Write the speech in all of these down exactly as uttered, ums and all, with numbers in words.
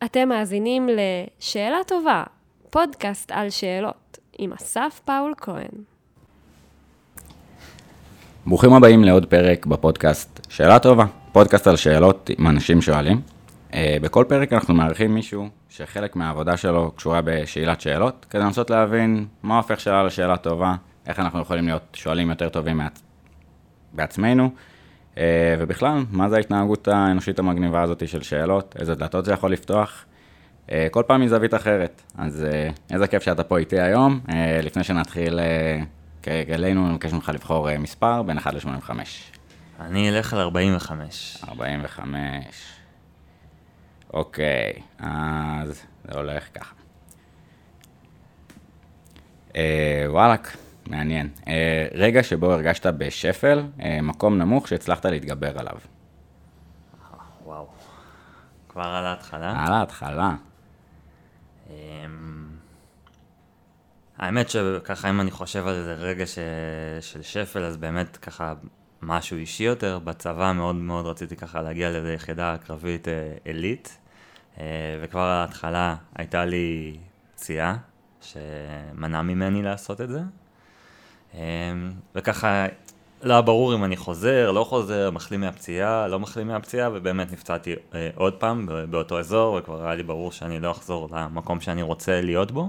אתם מאזינים לשאלה טובה, פודקאסט על שאלות, עם אסף פאול כהן. ברוכים הבאים לעוד פרק בפודקאסט שאלה טובה, פודקאסט על שאלות עם אנשים שואלים. בכל פרק אנחנו מארחים מישהו שחלק מהעבודה שלו קשורה בשאלת שאלות, כדי לנסות להבין מה הופך שאלה לשאלה טובה, איך אנחנו יכולים להיות שואלים יותר טובים בעצמנו, ובכלל, מה זה ההתנהגות האנושית המגניבה הזאת של שאלות, איזה דלתות זה יכול לפתוח, כל פעם מזווית אחרת. אז איזה כיף שאתה פה איתי היום. לפני שנתחיל כגלינו, אני מבקש ממך לבחור מספר בין אחד ל-שמונים וחמש. אני אלך על ארבעים וחמש. ארבעים וחמש. אוקיי, אז זה הולך ככה. וואלק, מעניין. רגע שבו הרגשת בשפל, מקום נמוך שהצלחת להתגבר עליו. וואו. כבר על ההתחלה? על ההתחלה. האמת שככה, אם אני חושב על איזה רגע ש... של שפל, אז באמת ככה משהו אישי יותר. בצבא מאוד מאוד רציתי ככה להגיע לאיזו יחידה קרבית אלית, וכבר על ההתחלה הייתה לי פציעה שמנע ממני לעשות את זה. וככה לא ברור אם אני חוזר, לא חוזר, מחלים מהפציעה, לא מחלים מהפציעה, ובאמת נפצעתי עוד פעם באותו אזור, וכבר היה לי ברור שאני לא אחזור למקום שאני רוצה להיות בו.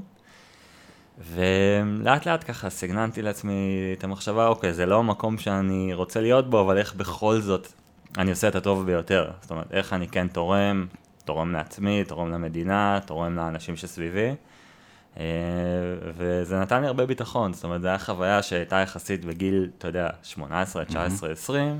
ולאט לאט ככה סגננתי לעצמי את המחשבה, אוקיי, זה לא המקום שאני רוצה להיות בו, אבל איך בכל זאת אני עושה את הטוב ביותר. זאת אומרת, איך אני כן תורם, תורם לעצמי, תורם למדינה, תורם לאנשים שסביבי. וזה נתן לי הרבה ביטחון. זאת אומרת, זו הייתה חוויה שהייתה יחסית בגיל, אתה יודע, שמונה עשרה, תשע עשרה, עשרים,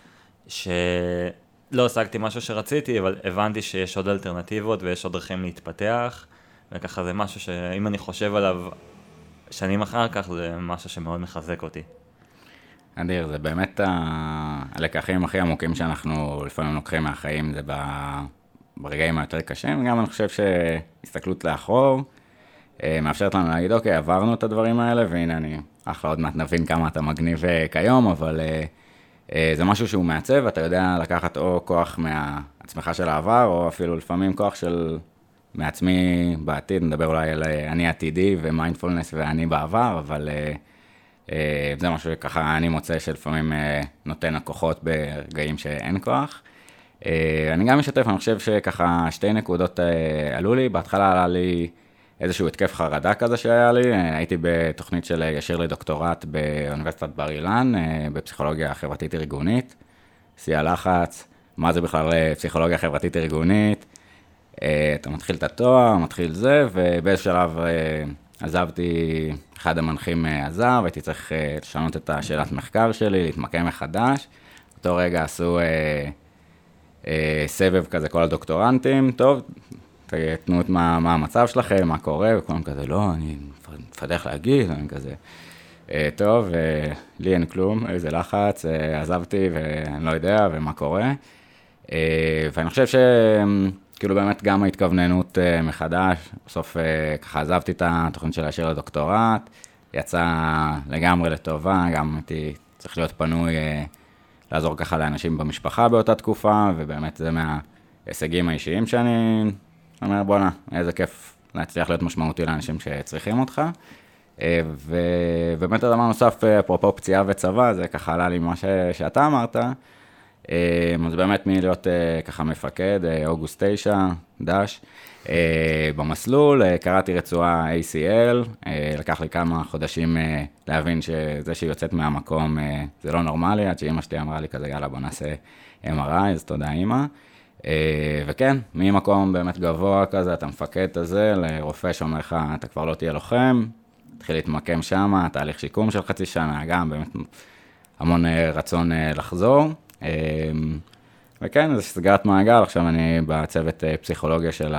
שלא השגתי משהו שרציתי, אבל הבנתי שיש עוד אלטרנטיבות ויש עוד דרכים להתפתח. וככה זה משהו שאם אני חושב עליו שנים אחר כך, זה משהו שמאוד מחזק אותי. אדיר, זה באמת הלקחים הכי עמוקים שאנחנו לפעמים לוקחים מהחיים, זה ברגעים היותר קשים. גם אני חושב שהסתכלות לאחור מאפשרת לנו להגיד, אוקיי, עברנו את הדברים האלה, והנה אני אחלה עוד מעט נבין כמה אתה מגניב כיום, אבל זה משהו שהוא מעצב, אתה יודע לקחת או כוח מהעצמך של העבר, או אפילו לפעמים כוח של... מעצמי בעתיד, נדבר אולי על אני עתידי ומיינדפולנס ואני בעבר, אבל uh, uh, זה משהו שככה אני מוצא שלפעמים uh, נותן הכוחות ברגעים שאין כוח. Uh, אני גם משתף, אני חושב שככה שתי נקודות uh, עלו לי, בהתחלה עלה לי איזשהו התקף חרדה כזה שהיה לי, uh, הייתי בתוכנית של ישיר לדוקטורט באוניברסיטת בר אילן, uh, בפסיכולוגיה חברתית ארגונית, שיא הלחץ, מה זה בכלל פסיכולוגיה חברתית ארגונית, אתה מתחיל את התואר, מתחיל זה, ובאיזשהו שלב עזבתי, אחד המנחים עזב, הייתי צריך לשנות את השאלת מחקר שלי, להתמקם מחדש. באותו רגע עשו אה, אה, סבב כזה כל הדוקטורנטים, טוב, תנו את מה, מה המצב שלכם, מה קורה, וכולם כזה, לא, אני מפתח להגיד, אני כזה, אה, טוב, אה, לי אין כלום, איזה לחץ, אה, עזבתי ואני לא יודע, ומה קורה. אה, ואני חושב ש... כאילו באמת גם ההתכווננות uh, מחדש, בסוף uh, ככה עזבתי את התוכנית של להשאיר לדוקטורט, יצא לגמרי לטובה, גם הייתי צריך להיות פנוי uh, לעזור ככה לאנשים במשפחה באותה תקופה, ובאמת זה מההישגים האישיים שאני אומר, בוא'נה, איזה כיף להצליח להיות משמעותי לאנשים שצריכים אותך. Uh, ובאמת הדבר נוסף, אפרופו פציעה וצבא, זה ככה עלה לי מה ש... שאתה אמרת, אז באמת מלהיות ככה מפקד, אוגוסט תשע, דש, במסלול, קראתי רצועה איי סי אל, לקח לי כמה חודשים להבין שזה שהיא יוצאת מהמקום זה לא נורמלי, עד שאמא שלי אמרה לי כזה, יאללה בוא נעשה אם אר איי, אז תודה אמא. וכן, ממקום באמת גבוה כזה, אתה מפקד את זה, לרופא שאומר לך, אתה כבר לא תהיה לוחם, תתחיל להתמקם שם, תהליך שיקום של חצי שנה, גם באמת המון רצון לחזור. וכן, זה סגרת מעגל, עכשיו אני בצוות פסיכולוגיה של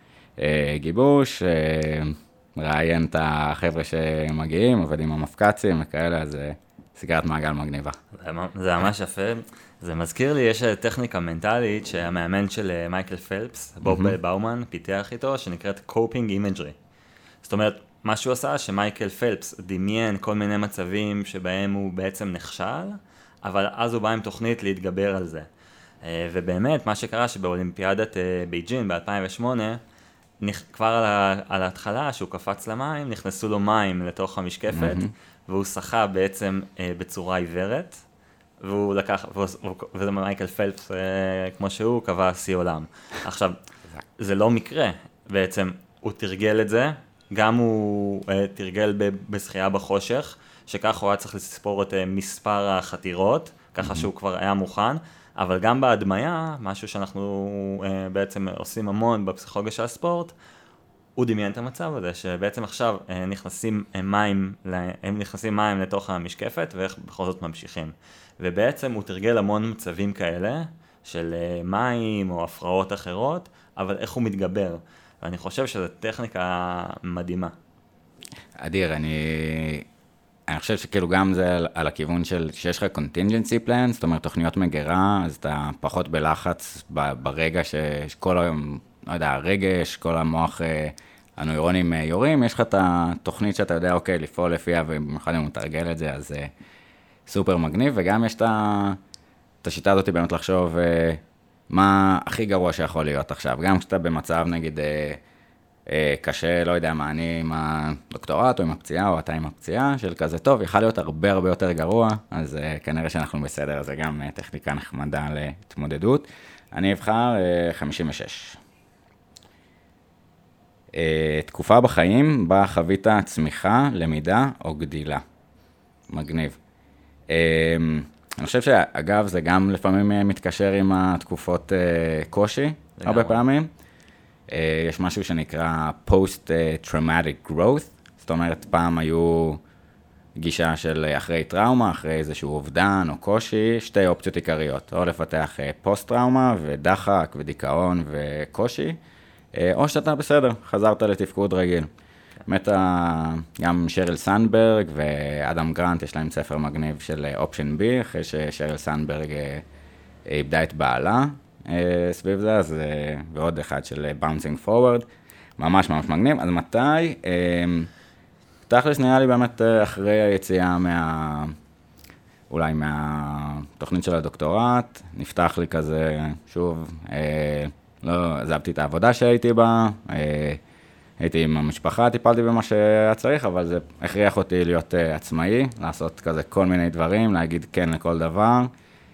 הגיבוש, ראיין את החבר'ה שמגיעים, עובד עם המפקצים וכאלה, אז סגרת מעגל מגניבה. זה ממש יפה. זה מזכיר לי, יש טכניקה מנטלית שהמאמן של מייקל פלפס, בוב באומן, פיתח איתו, שנקראת coping imagery. זאת אומרת, מה שהוא עשה, שמייקל פלפס דמיין כל מיני מצבים שבהם הוא בעצם נכשל, אבל אז הוא בא עם תוכנית להתגבר על זה. ובאמת, מה שקרה שבאולימפיאדת בייג'ין ב-אלפיים ושמונה, כבר על, ה, על ההתחלה, שהוא קפץ למים, נכנסו לו מים לתוך המשקפת, mm-hmm. והוא שחה בעצם אה, בצורה עיוורת, והוא לקח, וזה מייקל פלפס, אה, כמו שהוא, קבע שיא עולם. עכשיו, זה לא מקרה, בעצם הוא תרגל את זה, גם הוא אה, תרגל בשחייה בחושך, שכך הוא היה צריך לספור את אה, מספר החתירות, ככה mm-hmm. שהוא כבר היה מוכן, אבל גם בהדמיה, משהו שאנחנו אה, בעצם עושים המון בפסיכולוגיה של הספורט, הוא דמיין את המצב הזה, שבעצם עכשיו אה, נכנסים אה, מים, הם נכנסים מים לתוך המשקפת, ואיך בכל זאת ממשיכים. ובעצם הוא תרגל המון מצבים כאלה, של אה, מים או הפרעות אחרות, אבל איך הוא מתגבר. ואני חושב שזו טכניקה מדהימה. אדיר, אני... אני חושב שכאילו גם זה על, על הכיוון של שיש לך contingency plans, זאת אומרת תוכניות מגירה, אז אתה פחות בלחץ ב, ברגע שכל, לא יודע, הרגש, כל המוח, הנוירונים יורים, יש לך את התוכנית שאתה יודע, אוקיי, לפעול לפיה, ובמיוחד אם הוא תרגל את זה, אז זה סופר מגניב, וגם יש את, את השיטה הזאת באמת לחשוב מה הכי גרוע שיכול להיות עכשיו, גם כשאתה במצב נגיד, קשה, לא יודע מה, אני עם הדוקטורט או עם הפציעה, או אתה עם הפציעה, של כזה טוב, יכל להיות הרבה הרבה יותר גרוע, אז uh, כנראה שאנחנו בסדר, אז זה גם uh, טכניקה נחמדה להתמודדות. אני אבחר uh, חמישים ושש. Uh, תקופה בחיים בה חווית צמיחה, למידה או גדילה. מגניב. Uh, אני חושב שאגב, זה גם לפעמים מתקשר עם התקופות uh, קושי, הרבה פעמים. יש משהו שנקרא post-traumatic growth, זאת אומרת, פעם היו גישה של אחרי טראומה, אחרי איזשהו אובדן או קושי, שתי אופציות עיקריות, או לפתח פוסט-טראומה ודחק ודיכאון וקושי, או שאתה בסדר, חזרת לתפקוד רגיל. באמת, גם שריל סנדברג ואדם גרנט, יש להם ספר מגניב של אופשן בי, אחרי ששריל סנדברג איבדה את בעלה, סביב זה, אז, ועוד אחד של Bouncing Forward, ממש ממש מגניב. אז מתי? תכלס נראה לי באמת אחרי היציאה מה... אולי מהתוכנית של הדוקטורט, נפתח לי כזה, שוב, לא עזבתי את העבודה שהייתי בה, הייתי עם המשפחה, טיפלתי במה שהיה צריך, אבל זה הכריח אותי להיות עצמאי, לעשות כזה כל מיני דברים, להגיד כן לכל דבר,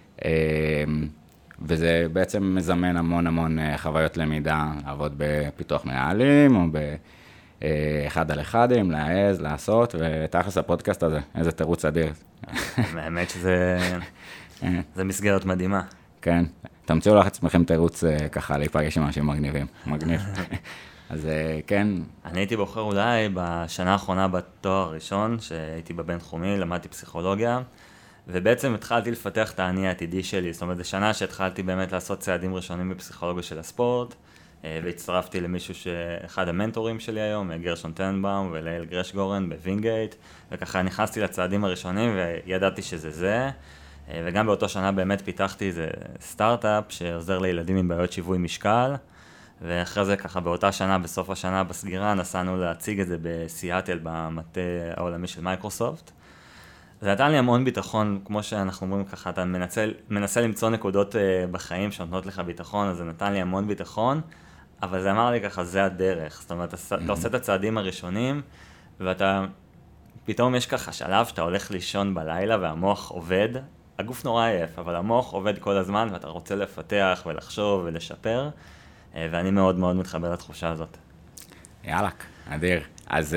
וזה בעצם מזמן המון המון חוויות למידה, לעבוד בפיתוח מנהלים, או באחד על אחדים, להעז, לעשות, ותכלס הפודקאסט הזה, איזה תירוץ אדיר. האמת שזה זה מסגרת מדהימה. כן, תמציאו לך עצמכם תירוץ ככה להיפגש עם אנשים מגניבים, מגניב. אז כן. אני הייתי בוחר אולי בשנה האחרונה בתואר הראשון, שהייתי בבינתחומי, למדתי פסיכולוגיה, ובעצם התחלתי לפתח את העני העתידי שלי, זאת אומרת, זו שנה שהתחלתי באמת לעשות צעדים ראשונים בפסיכולוגיה של הספורט, והצטרפתי למישהו שאחד המנטורים שלי היום, גרשון טנבאום ולאל גרשגורן בווינגייט, וככה נכנסתי לצעדים הראשונים וידעתי שזה זה, וגם באותו שנה באמת פיתחתי איזה סטארט-אפ שעוזר לילדים עם בעיות שיווי משקל, ואחרי זה ככה באותה שנה, בסוף השנה בסגירה, נסענו להציג את זה בסיאטל במטה העולמי של מייקרוסופט. זה נתן לי המון ביטחון, כמו שאנחנו אומרים ככה, אתה מנסה, מנסה למצוא נקודות בחיים שנותנות לך ביטחון, אז זה נתן לי המון ביטחון, אבל זה אמר לי ככה, זה הדרך. זאת אומרת, אתה, אתה עושה את הצעדים הראשונים, ואתה, פתאום יש ככה שלב שאתה הולך לישון בלילה והמוח עובד, הגוף נורא עייף, אבל המוח עובד כל הזמן, ואתה רוצה לפתח ולחשוב ולשפר, ואני מאוד מאוד מתחבר לתחושה הזאת. יאלק, אדיר. אז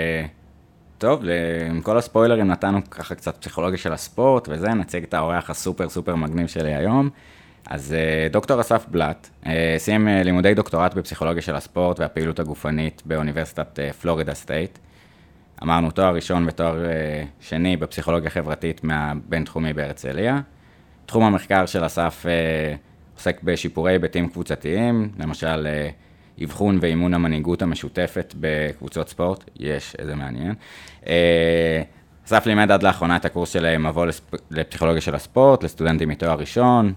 טוב, עם כל הספוילרים נתנו ככה קצת פסיכולוגיה של הספורט, וזה נציג את האורח הסופר סופר מגניב שלי היום. אז דוקטור אסף בלט, סיים לימודי דוקטורט בפסיכולוגיה של הספורט והפעילות הגופנית באוניברסיטת פלורידה סטייט. אמרנו תואר ראשון ותואר שני בפסיכולוגיה חברתית מהבינתחומי בהרצליה. תחום המחקר של אסף עוסק בשיפורי היבטים קבוצתיים, למשל אבחון ואימון המנהיגות המשותפת בקבוצות ספורט, יש, איזה מעניין. אסף לימד עד לאחרונה את הקורס של מבוא לפסיכולוגיה של הספורט, לסטודנטים מתואר ראשון,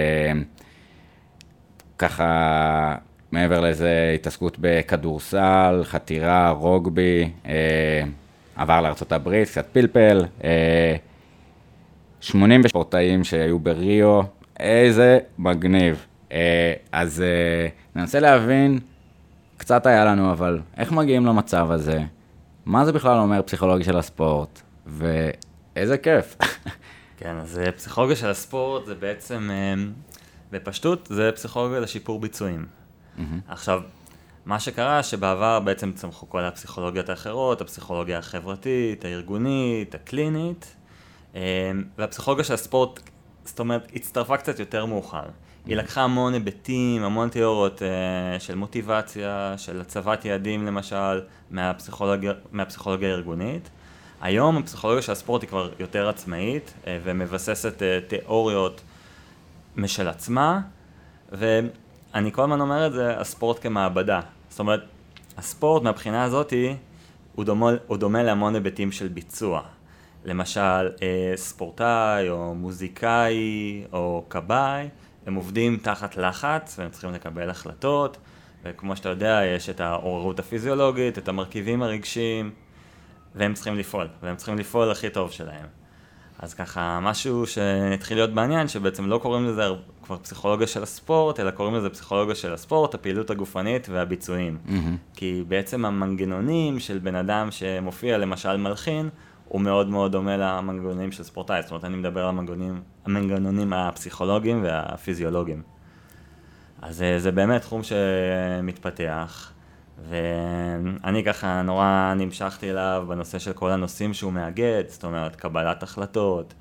ככה מעבר לזה התעסקות בכדורסל, חתירה, רוגבי, עבר לארצות הברית, קצת פלפל, שמונים ספורטאים שהיו בריו, איזה מגניב. אז ננסה להבין, קצת היה לנו, אבל איך מגיעים למצב הזה? מה זה בכלל אומר פסיכולוגיה של הספורט? ואיזה כיף. כן, אז פסיכולוגיה של הספורט זה בעצם, בפשטות, זה פסיכולוגיה לשיפור ביצועים. עכשיו, מה שקרה שבעבר בעצם צמחו כל הפסיכולוגיות האחרות, הפסיכולוגיה החברתית, הארגונית, הקלינית, והפסיכולוגיה של הספורט, זאת אומרת, הצטרפה קצת יותר מאוחר. היא לקחה המון היבטים, המון תיאוריות של מוטיבציה, של הצבת יעדים למשל, מהפסיכולוגיה, מהפסיכולוגיה הארגונית. היום הפסיכולוגיה של הספורט היא כבר יותר עצמאית, ומבססת תיאוריות משל עצמה, ואני כל הזמן אומר את זה, הספורט כמעבדה. זאת אומרת, הספורט מהבחינה הזאת הוא דומה, הוא דומה להמון היבטים של ביצוע. למשל, ספורטאי או מוזיקאי או קבאי, הם עובדים תחת לחץ והם צריכים לקבל החלטות, וכמו שאתה יודע, יש את העוררות הפיזיולוגית, את המרכיבים הרגשיים, והם צריכים לפעול, והם צריכים לפעול הכי טוב שלהם. אז ככה, משהו שהתחיל להיות בעניין, שבעצם לא קוראים לזה כבר פסיכולוגיה של הספורט, אלא קוראים לזה פסיכולוגיה של הספורט, הפעילות הגופנית והביצועים. Mm-hmm. כי בעצם המנגנונים של בן אדם שמופיע, למשל מלחין, הוא מאוד מאוד דומה למנגנונים של ספורטאי. זאת אומרת, אני מדבר על המנגנונים, המנגנונים הפסיכולוגיים והפיזיולוגיים. אז זה באמת תחום שמתפתח, ואני ככה נורא נמשכתי אליו בנושא של כל הנושאים שהוא מאגד, זאת אומרת, קבלת החלטות,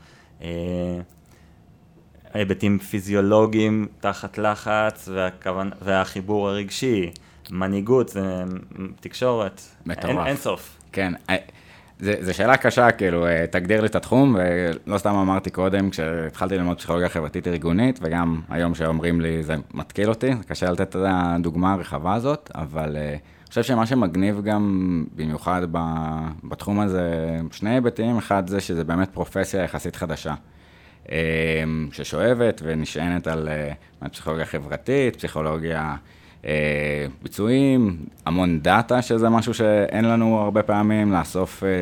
היבטים פיזיולוגיים תחת לחץ והכוון, והחיבור הרגשי, מנהיגות, זה תקשורת, אין, אין סוף. כן, זו שאלה קשה, כאילו, תגדיר לי את התחום, ולא סתם אמרתי קודם, כשהתחלתי ללמוד פסיכולוגיה חברתית ארגונית, וגם היום שאומרים לי, זה מתקיל אותי, זה קשה לתת את הדוגמה הרחבה הזאת, אבל אני חושב שמה שמגניב גם, במיוחד בתחום הזה, שני היבטים, אחד זה שזה באמת פרופסיה יחסית חדשה, ששואבת ונשענת על פסיכולוגיה חברתית, פסיכולוגיה ביצועים, המון דאטה, שזה משהו שאין לנו הרבה פעמים, לאסוף אה,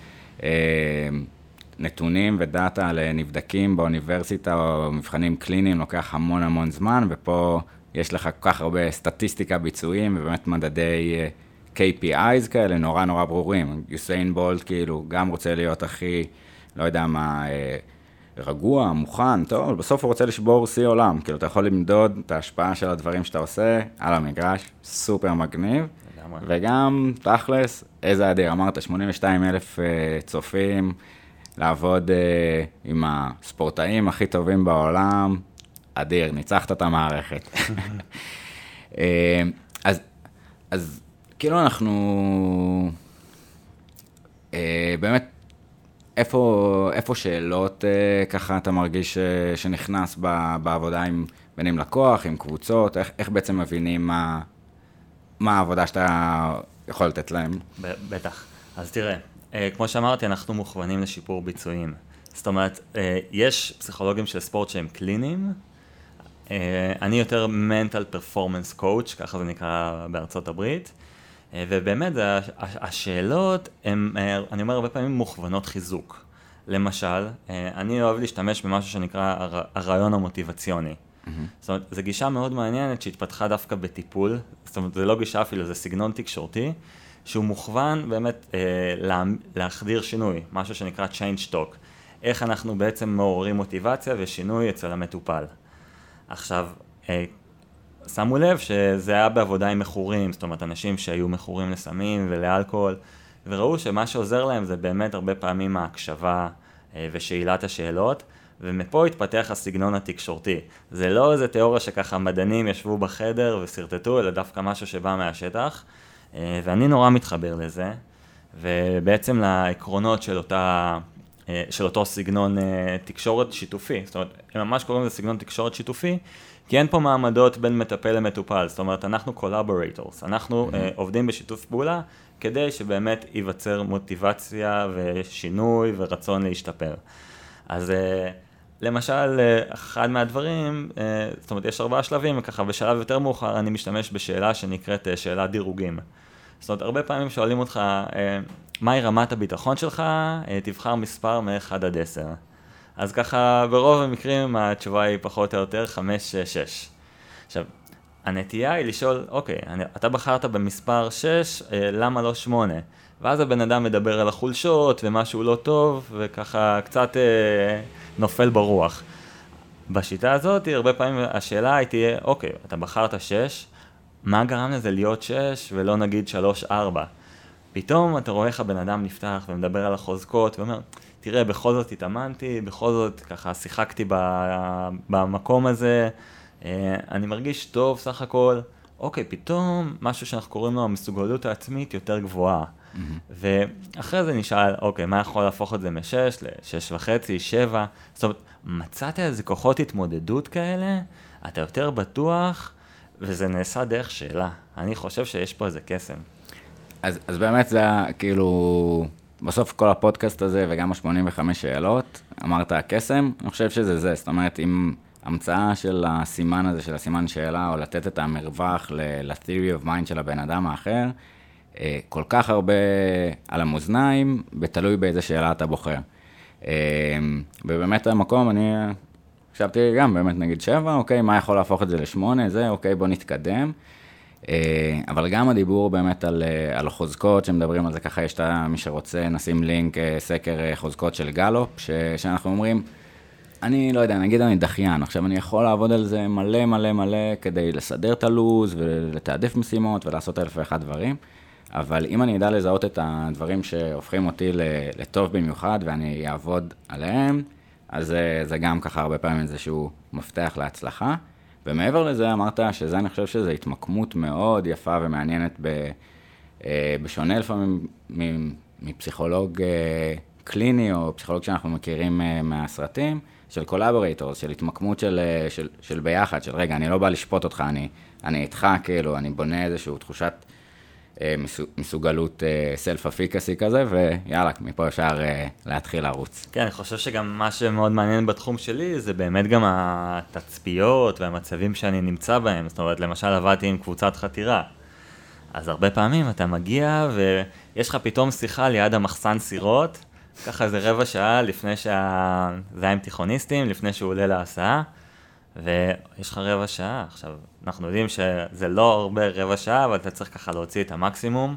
אה, נתונים ודאטה לנבדקים באוניברסיטה או מבחנים קליניים, לוקח המון המון זמן, ופה יש לך כל כך הרבה סטטיסטיקה ביצועים, ובאמת מדדי אה, קיי פי איז כאלה, נורא נורא ברורים. יוסיין בולט כאילו גם רוצה להיות הכי, לא יודע מה, אה, רגוע, מוכן, טוב, בסוף הוא רוצה לשבור שיא עולם, כאילו אתה יכול למדוד את ההשפעה של הדברים שאתה עושה על המגרש, סופר מגניב, וגם תכלס, איזה אדיר, אמרת שמונים ושתיים אלף uh, צופים, לעבוד uh, עם הספורטאים הכי טובים בעולם, אדיר, ניצחת את המערכת. uh, אז, אז כאילו אנחנו uh, באמת, איפה, איפה שאלות ככה אתה מרגיש שנכנס בעבודה עם, בין עם לקוח, עם קבוצות, איך, איך בעצם מבינים מה, מה העבודה שאתה יכול לתת להם? בטח. אז תראה, כמו שאמרתי, אנחנו מוכוונים לשיפור ביצועים. זאת אומרת, יש פסיכולוגים של ספורט שהם קליניים, אני יותר mental performance coach, ככה זה נקרא בארצות הברית, ובאמת, השאלות הן, אני אומר הרבה פעמים, מוכוונות חיזוק. למשל, אני אוהב להשתמש במשהו שנקרא הרעיון המוטיבציוני. Mm-hmm. זאת אומרת, זו גישה מאוד מעניינת שהתפתחה דווקא בטיפול, זאת אומרת, זה לא גישה אפילו, זה סגנון תקשורתי, שהוא מוכוון באמת לה, להחדיר שינוי, משהו שנקרא change talk. איך אנחנו בעצם מעוררים מוטיבציה ושינוי אצל המטופל. עכשיו, שמו לב שזה היה בעבודה עם מכורים, זאת אומרת, אנשים שהיו מכורים לסמים ולאלכוהול, וראו שמה שעוזר להם זה באמת הרבה פעמים ההקשבה ושאלת השאלות, ומפה התפתח הסגנון התקשורתי. זה לא איזה תיאוריה שככה מדענים ישבו בחדר וסרטטו, אלא דווקא משהו שבא מהשטח, ואני נורא מתחבר לזה, ובעצם לעקרונות של אותה, של אותו סגנון תקשורת שיתופי, זאת אומרת, הם ממש קוראים לזה סגנון תקשורת שיתופי, כי אין פה מעמדות בין מטפל למטופל, זאת אומרת, אנחנו collaborators, אנחנו mm-hmm. uh, עובדים בשיתוף פעולה, כדי שבאמת ייווצר מוטיבציה ושינוי ורצון להשתפר. אז uh, למשל, uh, אחד מהדברים, uh, זאת אומרת, יש ארבעה שלבים, וככה בשלב יותר מאוחר אני משתמש בשאלה שנקראת uh, שאלת דירוגים. זאת אומרת, הרבה פעמים שואלים אותך, uh, מהי רמת הביטחון שלך? Uh, תבחר מספר מ-אחד עד עשר. אז ככה ברוב המקרים התשובה היא פחות או יותר חמש, שש. עכשיו, הנטייה היא לשאול, אוקיי, אתה בחרת במספר שש, למה לא שמונה? ואז הבן אדם מדבר על החולשות ומשהו לא טוב, וככה קצת אה, נופל ברוח. בשיטה הזאת, הרבה פעמים השאלה היא תהיה, אוקיי, אתה בחרת שש, מה גרם לזה להיות שש ולא נגיד שלוש, ארבע? פתאום אתה רואה איך הבן אדם נפתח ומדבר על החוזקות ואומר, תראה, בכל זאת התאמנתי, בכל זאת ככה שיחקתי במקום הזה, אני מרגיש טוב סך הכל, אוקיי, פתאום משהו שאנחנו קוראים לו המסוגלות העצמית יותר גבוהה. Mm-hmm. ואחרי זה נשאל, אוקיי, מה יכול להפוך את זה משש לשש וחצי, שבע? זאת אומרת, מצאת איזה כוחות התמודדות כאלה, אתה יותר בטוח, וזה נעשה דרך שאלה. אני חושב שיש פה איזה קסם. אז, אז באמת זה כאילו, בסוף כל הפודקאסט הזה וגם ה-שמונים וחמש שאלות, אמרת הקסם, אני חושב שזה זה, זאת אומרת, אם המצאה של הסימן הזה, של הסימן שאלה, או לתת את המרווח ל-theory of mind של הבן אדם האחר, כל כך הרבה על המאזניים, בתלוי באיזה שאלה אתה בוחר. ובאמת המקום, אני חשבתי גם, באמת נגיד שבע, אוקיי, מה יכול להפוך את זה לשמונה, זה, אוקיי, בוא נתקדם. אבל גם הדיבור באמת על, על החוזקות, שמדברים על זה ככה, יש את מי שרוצה, נשים לינק, סקר חוזקות של גלופ, ש, שאנחנו אומרים, אני לא יודע, נגיד אני דחיין, עכשיו אני יכול לעבוד על זה מלא מלא מלא, כדי לסדר את הלוז ולתעדף משימות ולעשות אלף ואחד דברים, אבל אם אני אדע לזהות את הדברים שהופכים אותי לטוב במיוחד ואני אעבוד עליהם, אז זה, זה גם ככה הרבה פעמים איזשהו מפתח להצלחה. ומעבר לזה אמרת שזה, אני חושב שזה התמקמות מאוד יפה ומעניינת ב, בשונה לפעמים מפסיכולוג קליני או פסיכולוג שאנחנו מכירים מהסרטים, של קולאבורייטורס, של התמקמות של, של, של ביחד, של רגע, אני לא בא לשפוט אותך, אני, אני איתך כאילו, אני בונה איזשהו תחושת מסוגלות סלף-אפיקסי כזה, ויאללה, מפה אפשר להתחיל לרוץ. כן, אני חושב שגם מה שמאוד מעניין בתחום שלי, זה באמת גם התצפיות והמצבים שאני נמצא בהם. זאת אומרת, למשל עבדתי עם קבוצת חתירה. אז הרבה פעמים אתה מגיע ויש לך פתאום שיחה ליד המחסן סירות, ככה איזה רבע שעה לפני שה... זה היה עם תיכוניסטים, לפני שהוא עולה להסעה, ויש לך רבע שעה. עכשיו, אנחנו יודעים שזה לא הרבה רבע שעה, אבל אתה צריך ככה להוציא את המקסימום,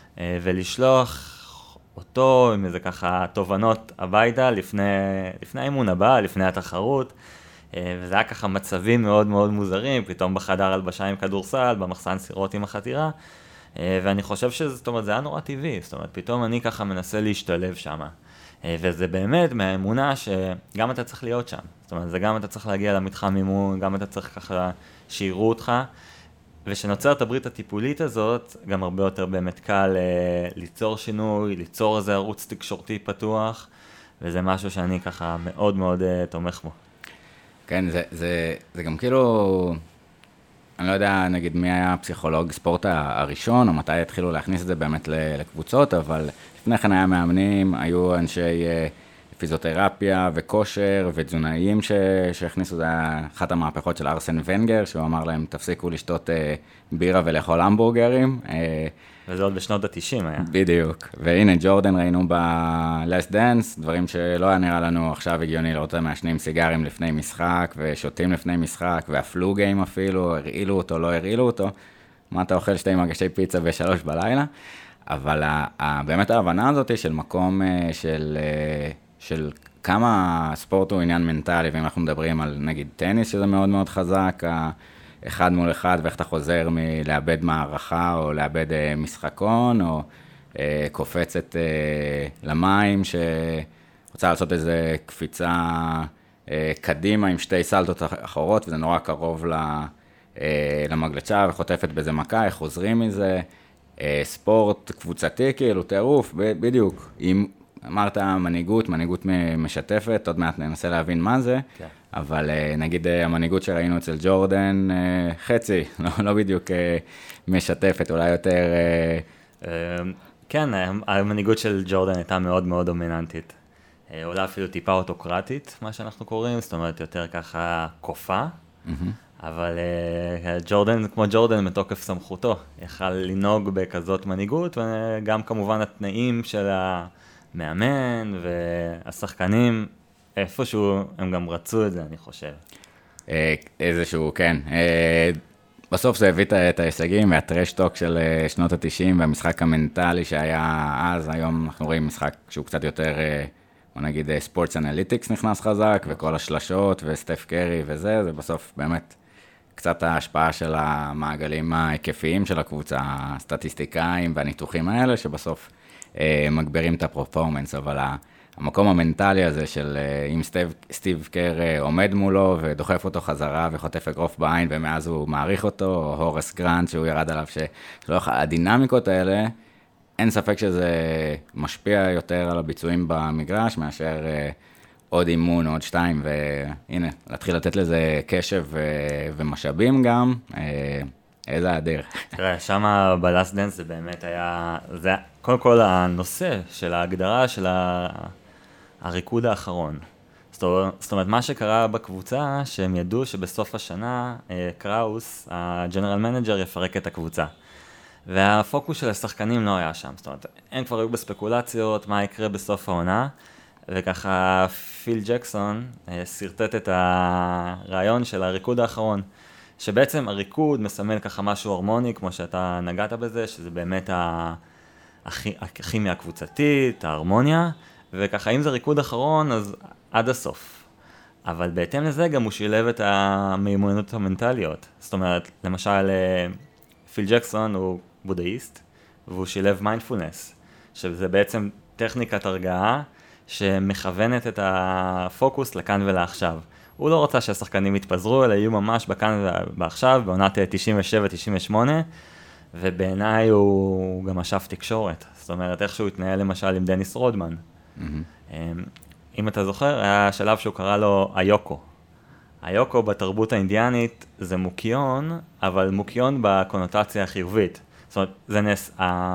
ולשלוח אותו עם איזה ככה תובנות הביתה לפני, לפני האימון הבא, לפני התחרות, וזה היה ככה מצבים מאוד מאוד מוזרים, פתאום בחדר הלבשה עם כדורסל, במחסן סירות עם החתירה, ואני חושב שזה, זאת אומרת, זה היה נורא טבעי, זאת אומרת, פתאום אני ככה מנסה להשתלב שם. וזה באמת מהאמונה שגם אתה צריך להיות שם. זאת אומרת, זה גם אתה צריך להגיע למתחם אימון, גם אתה צריך ככה שיראו אותך, ושנוצר את הברית הטיפולית הזאת, גם הרבה יותר באמת קל ליצור שינוי, ליצור איזה ערוץ תקשורתי פתוח, וזה משהו שאני ככה מאוד מאוד תומך בו. כן, זה, זה, זה גם כאילו, אני לא יודע, נגיד, מי היה הפסיכולוג ספורט הראשון, או מתי התחילו להכניס את זה באמת לקבוצות, אבל לפני כן היה מאמנים, היו אנשי פיזיותרפיה וכושר ותזונאים שהכניסו, זה היה אחת המהפכות של ארסן ונגר, שהוא אמר להם, תפסיקו לשתות בירה ולאכול המבורגרים. וזה עוד בשנות ה-תשעים היה. בדיוק. והנה, ג'ורדן ראינו ב-Last Dance, דברים שלא היה נראה לנו עכשיו הגיוני לראות מעשנים סיגרים לפני משחק, ושותים לפני משחק, ואפלו גיים אפילו, הרעילו אותו, לא הרעילו אותו. מה אתה אוכל שתי מגשי פיצה בשלוש בלילה? אבל באמת ההבנה הזאת של מקום של, של כמה ספורט הוא עניין מנטלי, ואם אנחנו מדברים על נגיד טניס, שזה מאוד מאוד חזק, אחד מול אחד, ואיך אתה חוזר מלאבד מערכה, או לאבד משחקון, או קופצת למים, שרוצה לעשות איזו קפיצה קדימה עם שתי סלטות אחרות, וזה נורא קרוב למגלצ'ה, וחוטפת בזה מכה, איך חוזרים מזה, ספורט קבוצתי, כאילו, טירוף, בדיוק. אם אמרת מנהיגות, מנהיגות משתפת, עוד מעט ננסה להבין מה זה, כן. אבל נגיד המנהיגות שראינו אצל ג'ורדן, חצי, לא, לא בדיוק משתפת, אולי יותר... כן, המנהיגות של ג'ורדן הייתה מאוד מאוד דומיננטית. אולי אפילו טיפה אוטוקרטית, מה שאנחנו קוראים, זאת אומרת יותר ככה קופה, אבל ג'ורדן, כמו ג'ורדן, מתוקף סמכותו, יכל לנהוג בכזאת מנהיגות, וגם כמובן התנאים של המאמן והשחקנים איפשהו הם גם רצו את זה, אני חושב. איזשהו, כן. בסוף זה הביא את ההישגים והטרשטוק של שנות ה-תשעים והמשחק המנטלי שהיה אז, היום אנחנו רואים משחק שהוא קצת יותר, בוא נגיד, ספורטס אנליטיקס נכנס חזק, וכל השלשות וסטף קרי וזה, זה בסוף באמת קצת ההשפעה של המעגלים ההיקפיים של הקבוצה, הסטטיסטיקאים והניתוחים האלה, שבסוף מגבירים את הפרפורמנס, אבל המקום המנטלי הזה של אם סטיב, סטיב קר עומד מולו ודוחף אותו חזרה וחוטף אגרוף בעין ומאז הוא מעריך אותו, או הורס גרנט שהוא ירד עליו, שלא, הדינמיקות האלה, אין ספק שזה משפיע יותר על הביצועים במגרש מאשר עוד אימון, עוד שתיים, והנה, להתחיל לתת לזה קשב ומשאבים גם, איזה אדיר. תראה, שם בלאסט דנס זה באמת היה, זה קודם כל הנושא של ההגדרה של הריקוד האחרון. זאת אומרת, מה שקרה בקבוצה, שהם ידעו שבסוף השנה, קראוס, הג'נרל מנג'ר, יפרק את הקבוצה. והפוקוס של השחקנים לא היה שם. זאת אומרת, הם כבר היו בספקולציות, מה יקרה בסוף העונה, וככה פיל ג'קסון סרטט את הרעיון של הריקוד האחרון. שבעצם הריקוד מסמל ככה משהו הרמוני, כמו שאתה נגעת בזה, שזה באמת הכימיה הקבוצתית, ההרמוניה, וככה אם זה ריקוד אחרון, אז עד הסוף. אבל בהתאם לזה גם הוא שילב את המיומנות המנטליות. זאת אומרת, למשל, פיל ג'קסון הוא בודהיסט, והוא שילב מיינדפולנס, שזה בעצם טכניקת הרגעה שמכוונת את הפוקוס לכאן ולעכשיו. הוא לא רוצה שהשחקנים יתפזרו, אלא יהיו ממש בכאן ועכשיו, בעונת תשעים ושבע תשעים ושמונה, ובעיניי הוא גם אשף תקשורת. זאת אומרת, איך שהוא התנהל למשל עם דניס רודמן. Mm-hmm. אם אתה זוכר, היה שלב שהוא קרא לו איוקו. איוקו בתרבות האינדיאנית זה מוקיון, אבל מוקיון בקונוטציה החיובית. זאת אומרת, זה נס...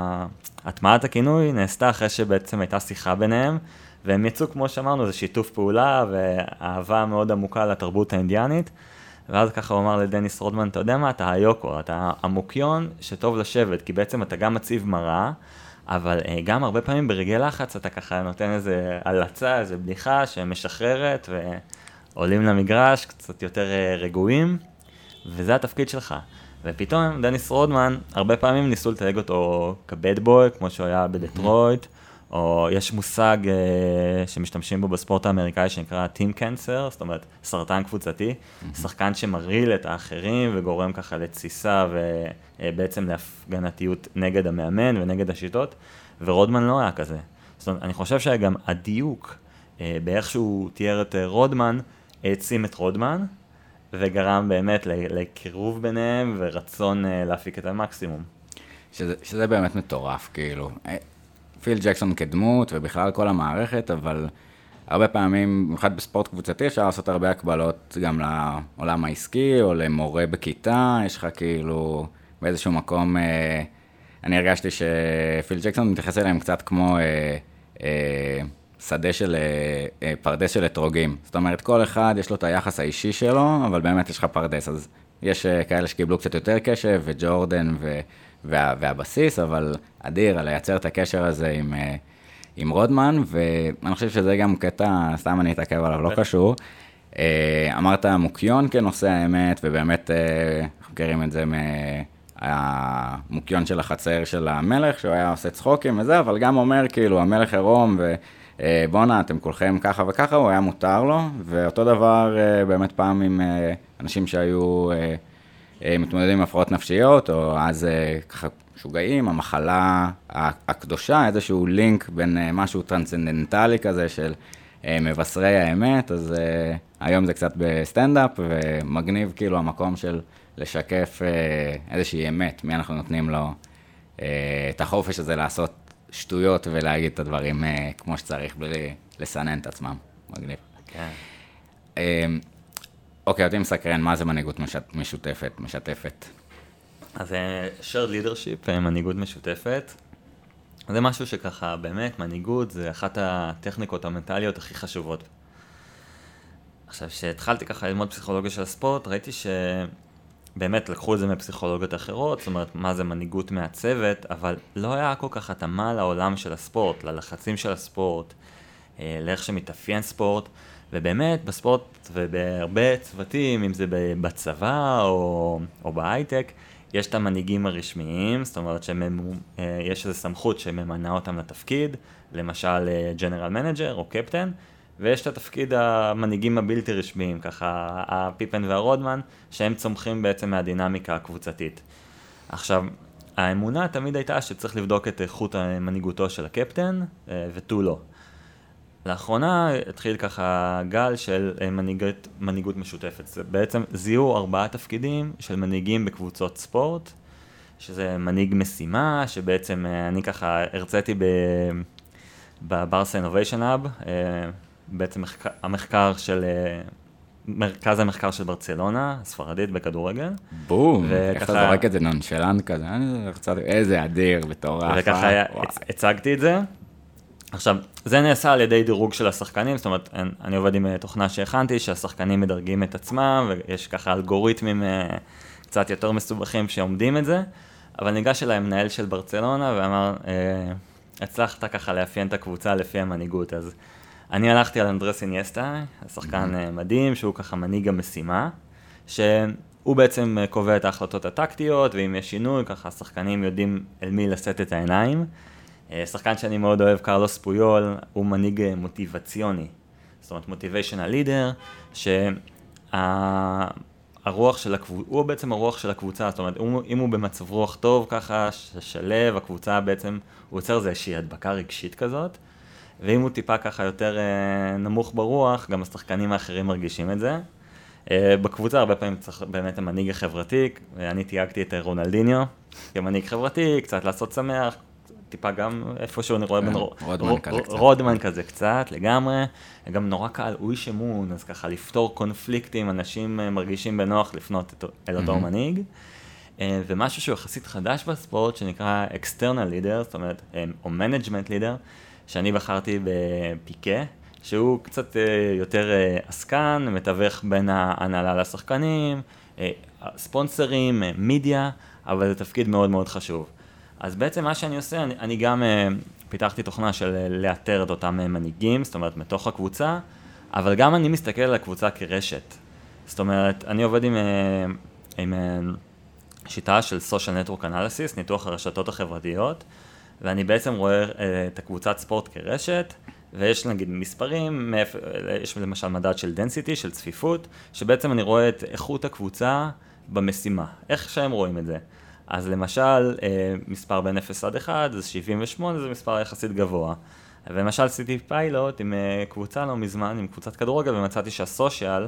הטמעת הכינוי נעשתה אחרי שבעצם הייתה שיחה ביניהם, והם יצאו, כמו שאמרנו, זה שיתוף פעולה ואהבה מאוד עמוקה לתרבות האינדיאנית, ואז ככה הוא אמר לדניס רודמן, אתה יודע מה, אתה היוקו, אתה המוקיון שטוב לשבת, כי בעצם אתה גם מציב מראה, אבל גם הרבה פעמים ברגעי לחץ אתה ככה נותן איזה הלצה, איזה בדיחה שמשחררת, ועולים למגרש קצת יותר רגועים, וזה התפקיד שלך. ופתאום דניס רודמן, הרבה פעמים ניסו לתייג אותו כבד בוי, כמו שהוא היה בדטרויט, או יש מושג uh, שמשתמשים בו בספורט האמריקאי שנקרא Team Cancer, זאת אומרת סרטן קבוצתי, mm-hmm. שחקן שמרעיל את האחרים וגורם ככה לתסיסה ובעצם להפגנתיות נגד המאמן ונגד השיטות, ורודמן לא היה כזה. זאת אומרת, אני חושב שגם הדיוק uh, באיך שהוא תיאר את uh, רודמן, העצים את רודמן, וגרם באמת לקירוב ביניהם ורצון uh, להפיק את המקסימום. שזה, שזה באמת מטורף, כאילו. פיל ג'קסון כדמות ובכלל כל המערכת, אבל הרבה פעמים, במיוחד בספורט קבוצתי, אפשר לעשות הרבה הקבלות גם לעולם העסקי או למורה בכיתה, יש לך כאילו באיזשהו מקום, אה, אני הרגשתי שפיל ג'קסון מתייחס אליהם קצת כמו אה, אה, שדה של, אה, פרדס של אתרוגים. זאת אומרת, כל אחד יש לו את היחס האישי שלו, אבל באמת יש לך פרדס, אז יש אה, כאלה שקיבלו קצת יותר קשב, וג'ורדן ו... וה, והבסיס, אבל אדיר, על לייצר את הקשר הזה עם, עם רודמן, ואני חושב שזה גם קטע, סתם אני אתעכב עליו, לא קשור. אמרת מוקיון כנושא האמת, ובאמת אנחנו מכירים את זה מהמוקיון של החצר של המלך, שהוא היה עושה צחוקים וזה, אבל גם אומר כאילו, המלך עירום, ובונה, אתם כולכם ככה וככה, הוא היה מותר לו, ואותו דבר באמת פעם עם אנשים שהיו מתמודדים עם הפרעות נפשיות, או אז ככה שוגעים, המחלה הקדושה, איזשהו לינק בין משהו טרנסצנדנטלי כזה של מבשרי האמת, אז היום זה קצת בסטנדאפ, ומגניב כאילו המקום של לשקף איזושהי אמת, מי אנחנו נותנים לו את החופש הזה לעשות שטויות ולהגיד את הדברים כמו שצריך, בלי לסנן את עצמם. מגניב. כן. אוקיי, אותי מסקרן, מה זה מנהיגות משותפת, משתפת? אז shared leadership, מנהיגות משותפת, זה משהו שככה, באמת, מנהיגות זה אחת הטכניקות המנטליות הכי חשובות. עכשיו, כשהתחלתי ככה ללמוד פסיכולוגיה של הספורט, ראיתי שבאמת לקחו את זה מפסיכולוגיות אחרות, זאת אומרת, מה זה מנהיגות מעצבת, אבל לא היה כל כך התאמה לעולם של הספורט, ללחצים של הספורט, לאיך שמתאפיין ספורט, ובאמת, בספורט ובהרבה צוותים, אם זה בצבא או, או בהייטק, יש את המנהיגים הרשמיים, זאת אומרת שיש איזו סמכות שממנה אותם לתפקיד, למשל ג'נרל מנג'ר או קפטן, ויש את התפקיד המנהיגים הבלתי רשמיים, ככה הפיפן והרודמן, שהם צומחים בעצם מהדינמיקה הקבוצתית. עכשיו, האמונה תמיד הייתה שצריך לבדוק את איכות מנהיגותו של הקפטן, ותו לא. לאחרונה התחיל ככה גל של מנהיגות, מנהיגות משותפת. זה בעצם זיהו ארבעה תפקידים של מנהיגים בקבוצות ספורט, שזה מנהיג משימה, שבעצם אני ככה הרציתי בברסה אינוביישן האב, בעצם המחקר של, מרכז המחקר של ברצלונה, הספרדית בכדורגל. בום, איך אתה זורק את זה נונשלנט כזה, איזה אדיר, מטורף. וככה הצגתי את זה. עכשיו, זה נעשה על ידי דירוג של השחקנים, זאת אומרת, אני עובד עם תוכנה שהכנתי, שהשחקנים מדרגים את עצמם, ויש ככה אלגוריתמים קצת יותר מסובכים שעומדים את זה, אבל ניגש אליי מנהל של ברצלונה ואמר, הצלחת ככה לאפיין את הקבוצה לפי המנהיגות, אז אני הלכתי על אנדרס אינייסטה, השחקן מדהים, שהוא ככה מנהיג המשימה, שהוא בעצם קובע את ההחלטות הטקטיות, ואם יש שינוי, ככה השחקנים יודעים אל מי לשאת את העיניים. שחקן שאני מאוד אוהב, קרלוס פויול, הוא מנהיג מוטיבציוני, זאת אומרת מוטיביישנל לידר, שהרוח של הקבוצה, הוא בעצם הרוח של הקבוצה, זאת אומרת, אם הוא במצב רוח טוב ככה, שלב, הקבוצה בעצם, הוא יוצר איזושהי הדבקה רגשית כזאת, ואם הוא טיפה ככה יותר נמוך ברוח, גם השחקנים האחרים מרגישים את זה. בקבוצה הרבה פעמים צריך באמת המנהיג החברתי, אני תייגתי את רונלדיניו כמנהיג חברתי, קצת לעשות שמח, טיפה גם איפשהו אני רואה בין רודמן כזה קצת, לגמרי, גם נורא קל, הוא איש אמון, אז ככה לפתור קונפליקטים, אנשים מרגישים בנוח לפנות אל אותו מנהיג, ומשהו שהוא יחסית חדש בספורט, שנקרא external leader, זאת אומרת, או management leader, שאני בחרתי בפיקה, שהוא קצת יותר עסקן, מתווך בין ההנהלה לשחקנים, ספונסרים, מידיה, אבל זה תפקיד מאוד מאוד חשוב. אז בעצם מה שאני עושה, אני, אני גם uh, פיתחתי תוכנה של לאתר את אותם מנהיגים, זאת אומרת, מתוך הקבוצה, אבל גם אני מסתכל על הקבוצה כרשת. זאת אומרת, אני עובד עם, uh, עם uh, שיטה של Social Network Analysis, ניתוח הרשתות החברתיות, ואני בעצם רואה uh, את הקבוצת ספורט כרשת, ויש נגיד מספרים, יש למשל מדד של density, של צפיפות, שבעצם אני רואה את איכות הקבוצה במשימה. איך שהם רואים את זה? אז למשל, מספר בין אפס עד אחד, זה שבעים ושמונה, זה מספר יחסית גבוה. ולמשל, עשיתי פיילוט עם קבוצה לא מזמן, עם קבוצת כדורגל, ומצאתי שהסושיאל,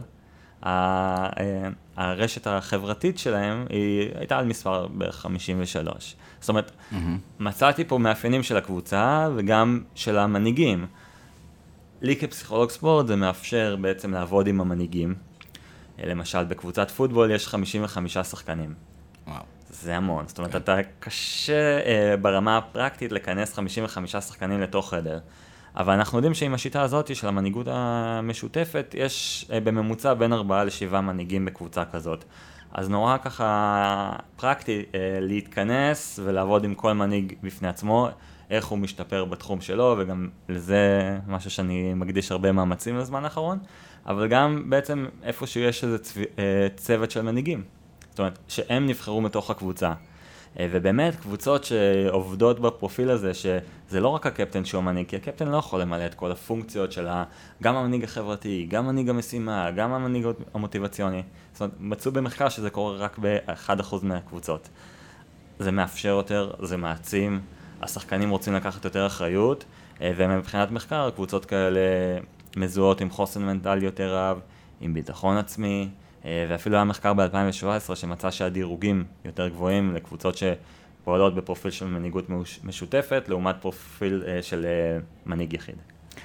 הרשת החברתית שלהם, היא הייתה על מספר ב-חמישים ושלוש. זאת אומרת, mm-hmm. מצאתי פה מאפיינים של הקבוצה, וגם של המנהיגים. לי כפסיכולוג ספורט, זה מאפשר בעצם לעבוד עם המנהיגים. למשל, בקבוצת פוטבול יש חמישים וחמישה שחקנים. וואו. זה המון, זאת אומרת, אתה קשה אה, ברמה הפרקטית לכנס חמישים וחמישה שחקנים לתוך חדר, אבל אנחנו יודעים שעם השיטה הזאת של המנהיגות המשותפת, יש אה, בממוצע בין ארבעה לשבעה מנהיגים בקבוצה כזאת. אז נורא ככה פרקטי אה, להתכנס ולעבוד עם כל מנהיג בפני עצמו, איך הוא משתפר בתחום שלו, וגם לזה משהו שאני מקדיש הרבה מאמצים לזמן האחרון, אבל גם בעצם איפה שיש איזה צו... אה, צוות של מנהיגים. זאת אומרת, שהם נבחרו מתוך הקבוצה. ובאמת, קבוצות שעובדות בפרופיל הזה, שזה לא רק הקפטן שהוא המנהיג, כי הקפטן לא יכול למלא את כל הפונקציות שלה, גם המנהיג החברתי, גם המנהיג המשימה, גם המנהיג המוטיבציוני. זאת אומרת, מצאו במחקר שזה קורה רק ב-אחד אחוז מהקבוצות. זה מאפשר יותר, זה מעצים, השחקנים רוצים לקחת יותר אחריות, ומבחינת מחקר, קבוצות כאלה מזוהות עם חוסן מנטלי יותר רב, עם ביטחון עצמי, ואפילו היה מחקר ב-אלפיים שבע עשרה שמצא שהדירוגים יותר גבוהים לקבוצות שפועלות בפרופיל של מנהיגות משותפת, לעומת פרופיל של מנהיג יחיד.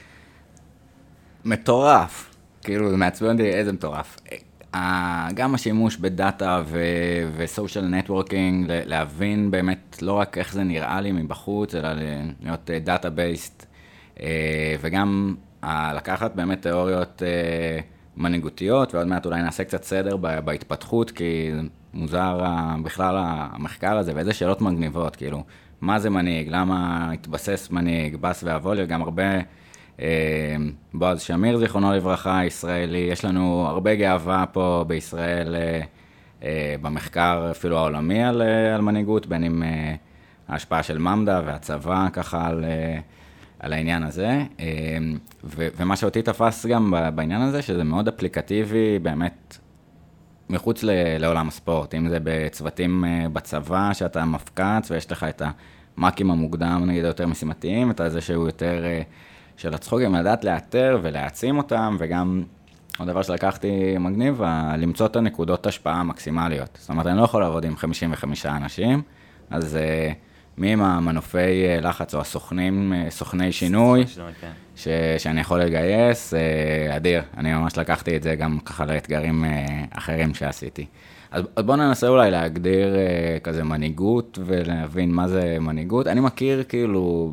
מטורף, כאילו זה מעצבן אותי איזה מטורף. גם השימוש בדאטה וסושיאל נטוורקינג, להבין באמת לא רק איך זה נראה לי מבחוץ, אלא להיות דאטה בייסט, וגם לקחת באמת תיאוריות מנהיגותיות, ועוד מעט אולי נעשה קצת סדר בהתפתחות, כי מוזר בכלל המחקר הזה, ואיזה שאלות מגניבות, כאילו, מה זה מנהיג, למה התבסס מנהיג, בס ואבוליה, גם הרבה בועז שמיר, זיכרונו לברכה, ישראלי, יש לנו הרבה גאווה פה בישראל, במחקר אפילו העולמי על, על מנהיגות, בין עם ההשפעה של ממדה והצבא ככה על, על העניין הזה, ו, ומה שאותי תפס גם בעניין הזה, שזה מאוד אפליקטיבי באמת מחוץ לעולם הספורט, אם זה בצוותים בצבא שאתה מפקץ ויש לך את המאקים המוקדם, נגיד יותר משימתיים, את זה שהוא יותר של הצחוקים, לדעת לאתר ולהעצים אותם, וגם עוד דבר שלקחתי מגניב, למצוא את הנקודות השפעה המקסימליות. זאת אומרת, אני לא יכול לעבוד עם חמישים וחמישה אנשים, אז מי עם המנופי לחץ או הסוכנים, סוכני שינוי, ש, שאני יכול לגייס, אדיר. אני ממש לקחתי את זה גם ככה לאתגרים אחרים שעשיתי. אז, אז בואו ננסה אולי להגדיר כזה מנהיגות ולהבין מה זה מנהיגות. אני מכיר כאילו,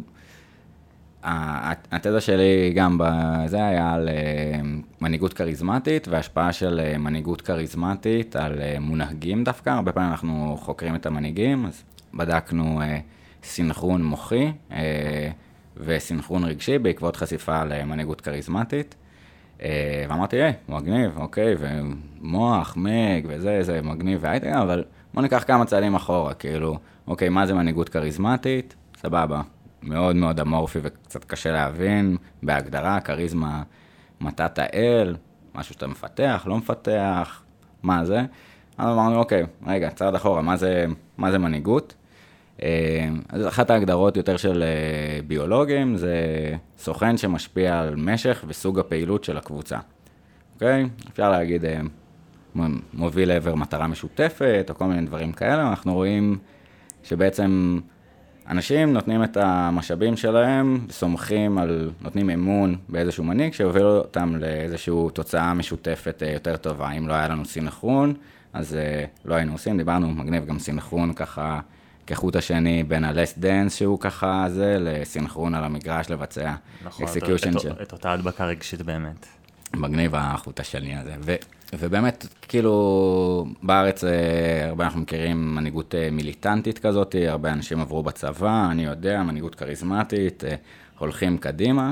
התזה שלי גם בזה היה על מנהיגות קריזמטית והשפעה של מנהיגות קריזמטית על מונהגים דווקא. הרבה פעמים אנחנו חוקרים את המנהיגים, אז בדקנו סינכרון מוחי וסינכרון רגשי בעקבות חשיפה למנהיגות קריזמטית. ואמרתי, היי, מגניב, אוקיי, ומוח, מג וזה, זה מגניב והייטק, אבל בוא ניקח כמה צעדים אחורה, כאילו, אוקיי, מה זה מנהיגות קריזמטית? סבבה. מאוד מאוד אמורפי וקצת קשה להבין, בהגדרה, קריזמה, מתת האל, משהו שאתה מפתח, לא מפתח, מה זה? אז אמרנו, אוקיי, רגע, צעד אחורה, מה זה, מה זה מנהיגות? אז אחת ההגדרות יותר של ביולוגים, זה סוכן שמשפיע על משך וסוג הפעילות של הקבוצה. אוקיי? אפשר להגיד, מוביל לעבר מטרה משותפת, או כל מיני דברים כאלה, אנחנו רואים שבעצם אנשים נותנים את המשאבים שלהם, סומכים על, נותנים אמון באיזשהו מנהיג, שיוביל אותם לאיזשהו תוצאה משותפת יותר טובה. אם לא היה לנו סינכרון, אז לא היינו עושים, דיברנו מגניב גם סינכרון ככה, כחוט השני בין ה-less dance שהוא ככה זה, לסינכרון על המגרש לבצע נכון, execution את, של... את אותה הדבקה רגשית באמת. מגניב החוט השני הזה. ו, ובאמת, כאילו, בארץ הרבה אנחנו מכירים מנהיגות מיליטנטית כזאת, הרבה אנשים עברו בצבא, אני יודע, מנהיגות קריזמטית, הולכים קדימה,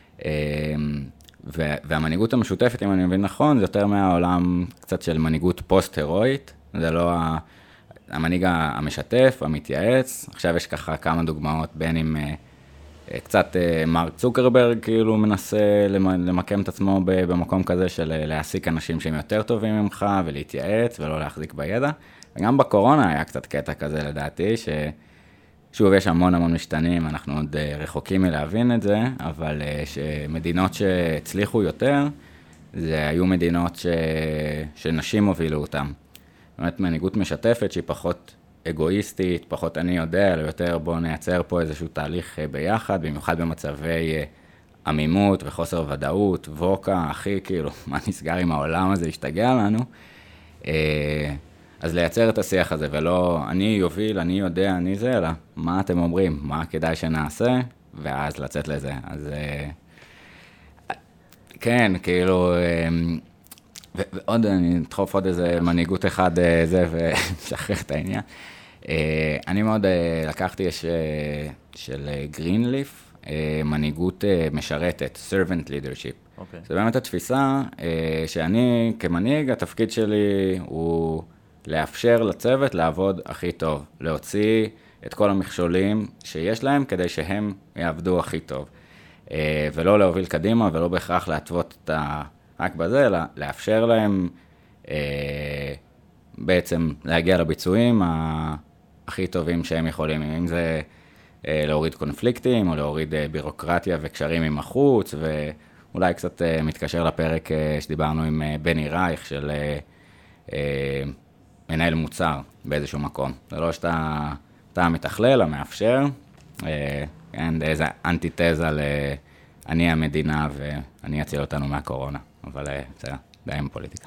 והמנהיגות המשותפת, אם אני מבין נכון, זה יותר מהעולם קצת של מנהיגות פוסט-הרואית, זה לא המנהיג המשתף, המתייעץ. עכשיו יש ככה כמה דוגמאות, בין אם קצת מרק צוקרברג כאילו מנסה למקם את עצמו במקום כזה של להעסיק אנשים שהם יותר טובים ממך ולהתייעץ ולא להחזיק בידע. וגם בקורונה היה קצת קטע כזה לדעתי, ששוב יש המון המון משתנים, אנחנו עוד רחוקים מלהבין את זה, אבל שמדינות שהצליחו יותר, זה היו מדינות ש... שנשים הובילו אותם. באמת מנהיגות משתפת שהיא פחות אגואיסטית, פחות אני יודע, אלא יותר בוא נייצר פה איזשהו תהליך ביחד, במיוחד במצבי עמימות וחוסר ודאות, ווקה, אחי, כאילו, מה נסגר עם העולם הזה, השתגע לנו. אז לייצר את השיח הזה, ולא אני יוביל, אני יודע, אני זה, אלא מה אתם אומרים, מה כדאי שנעשה, ואז לצאת לזה. אז כן, כאילו... ועוד, אני אדחוף עוד איזה מנהיגות אחד זה, ושחרר את העניין. אני מאוד לקחתי של גרינליף, מנהיגות משרתת, servant leadership. Okay. זה באמת התפיסה שאני כמנהיג, התפקיד שלי הוא לאפשר לצוות לעבוד הכי טוב, להוציא את כל המכשולים שיש להם כדי שהם יעבדו הכי טוב. ולא להוביל קדימה ולא בהכרח להתוות את ה... רק בזה, אלא לאפשר להם אה, בעצם להגיע לביצועים הכי טובים שהם יכולים, אם זה אה, להוריד קונפליקטים, או להוריד אה, בירוקרטיה וקשרים עם החוץ, ואולי קצת אה, מתקשר לפרק אה, שדיברנו עם אה, בני רייך, של אה, אה, מנהל מוצר באיזשהו מקום. זה לא שאתה אתה מתכלל, המאפשר, אה, כן, איזה אנטיתזה ל... אני המדינה ואני אציל אותנו מהקורונה, אבל זה די עם פוליטיקה.